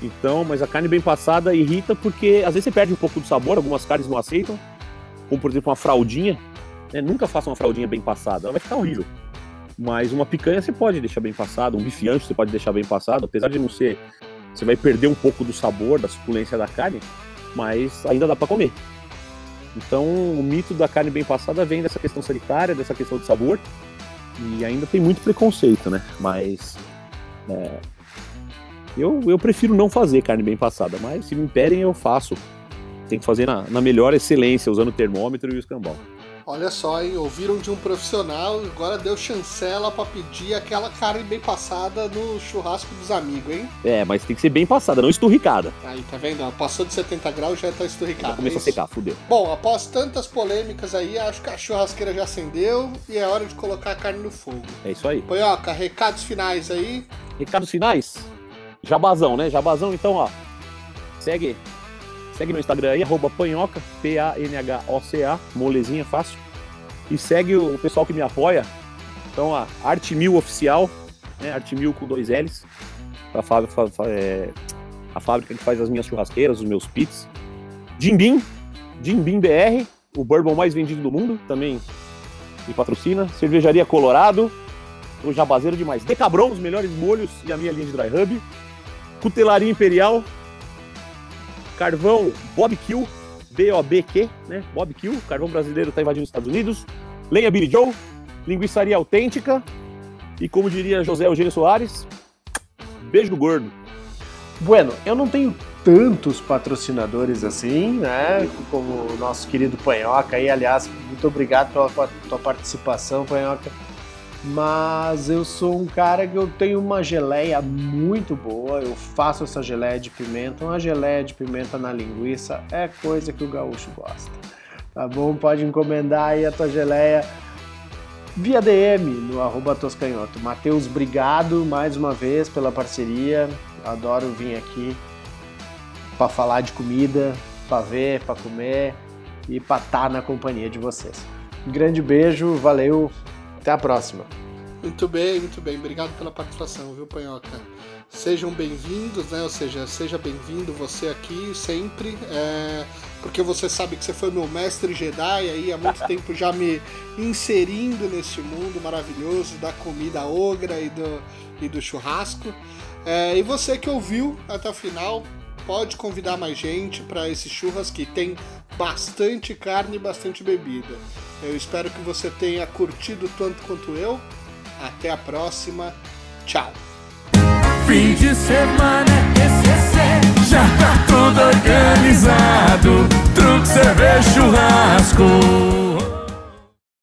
Então, mas a carne bem passada irrita porque às vezes você perde um pouco do sabor, algumas carnes não aceitam, como por exemplo uma fraldinha, né? Nunca faça uma fraldinha bem passada, ela vai ficar horrível. Mas uma picanha você pode deixar bem passada, um bife ancho você pode deixar bem passado, apesar de não ser, você vai perder um pouco do sabor, da suculência da carne, mas ainda dá para comer. Então o mito da carne bem passada vem dessa questão sanitária, dessa questão de sabor, e ainda tem muito preconceito, né? Mas é, eu, eu prefiro não fazer carne bem passada, mas se me imperem eu faço. Tem que fazer na, na melhor excelência, usando o termômetro e o escambau. Olha só, hein? Ouviram de um profissional e agora deu chancela pra pedir aquela carne bem passada no churrasco dos amigos, hein? É, mas tem que ser bem passada, não esturricada. Aí, tá vendo? Passou de setenta graus já tá esturricado. Já começa é a secar, fudeu. Bom, após tantas polêmicas aí, acho que a churrasqueira já acendeu e é hora de colocar a carne no fogo. É isso aí. Ponhoca, recados finais aí. Recados finais? Jabazão, né? Jabazão, então, ó. Segue... Segue no Instagram aí, arroba panhoca, P A N H O C A, molezinha, fácil. E segue o pessoal que me apoia. Então, a Artmil Oficial, né? Artmil com dois L's. A fábrica, é, a fábrica que faz as minhas churrasqueiras, os meus pits. Jim Beam, Jim Beam B R, o bourbon mais vendido do mundo, também me patrocina. Cervejaria Colorado, o jabazeiro demais. Decabron, os melhores molhos e a minha linha de dry hub. Cutelaria Imperial. Carvão Bob Q, B O B Q, né? Bob Q, carvão brasileiro está invadindo os Estados Unidos. Lenha Billy Joe, linguiçaria autêntica. E como diria José Eugênio Soares, beijo do gordo. Bueno, eu não tenho tantos patrocinadores assim, né? Como o nosso querido Panhoca aí. Aliás, muito obrigado pela tua participação, Panhoca. Mas eu sou um cara que eu tenho uma geleia muito boa, eu faço essa geleia de pimenta, uma geleia de pimenta na linguiça é coisa que o gaúcho gosta, tá bom? Pode encomendar aí a tua geleia via D M no arroba toscanhoto. Matheus, obrigado mais uma vez pela parceria, adoro vir aqui para falar de comida, para ver, para comer e para estar na companhia de vocês. Um grande beijo, valeu! Até a próxima. Muito bem, muito bem. Obrigado pela participação, viu, Panhoca? Sejam bem-vindos, né? Ou seja, seja bem-vindo você aqui sempre, é... porque você sabe que você foi meu mestre Jedi aí há muito tempo já me inserindo neste mundo maravilhoso da comida ogra e do, e do churrasco. É... E você que ouviu até o final, pode convidar mais gente para esse churras que tem bastante carne e bastante bebida. Eu espero que você tenha curtido tanto quanto eu. Até a próxima. Tchau. Fim de semana é já tá tudo organizado. Truque, cerveja, churrasco.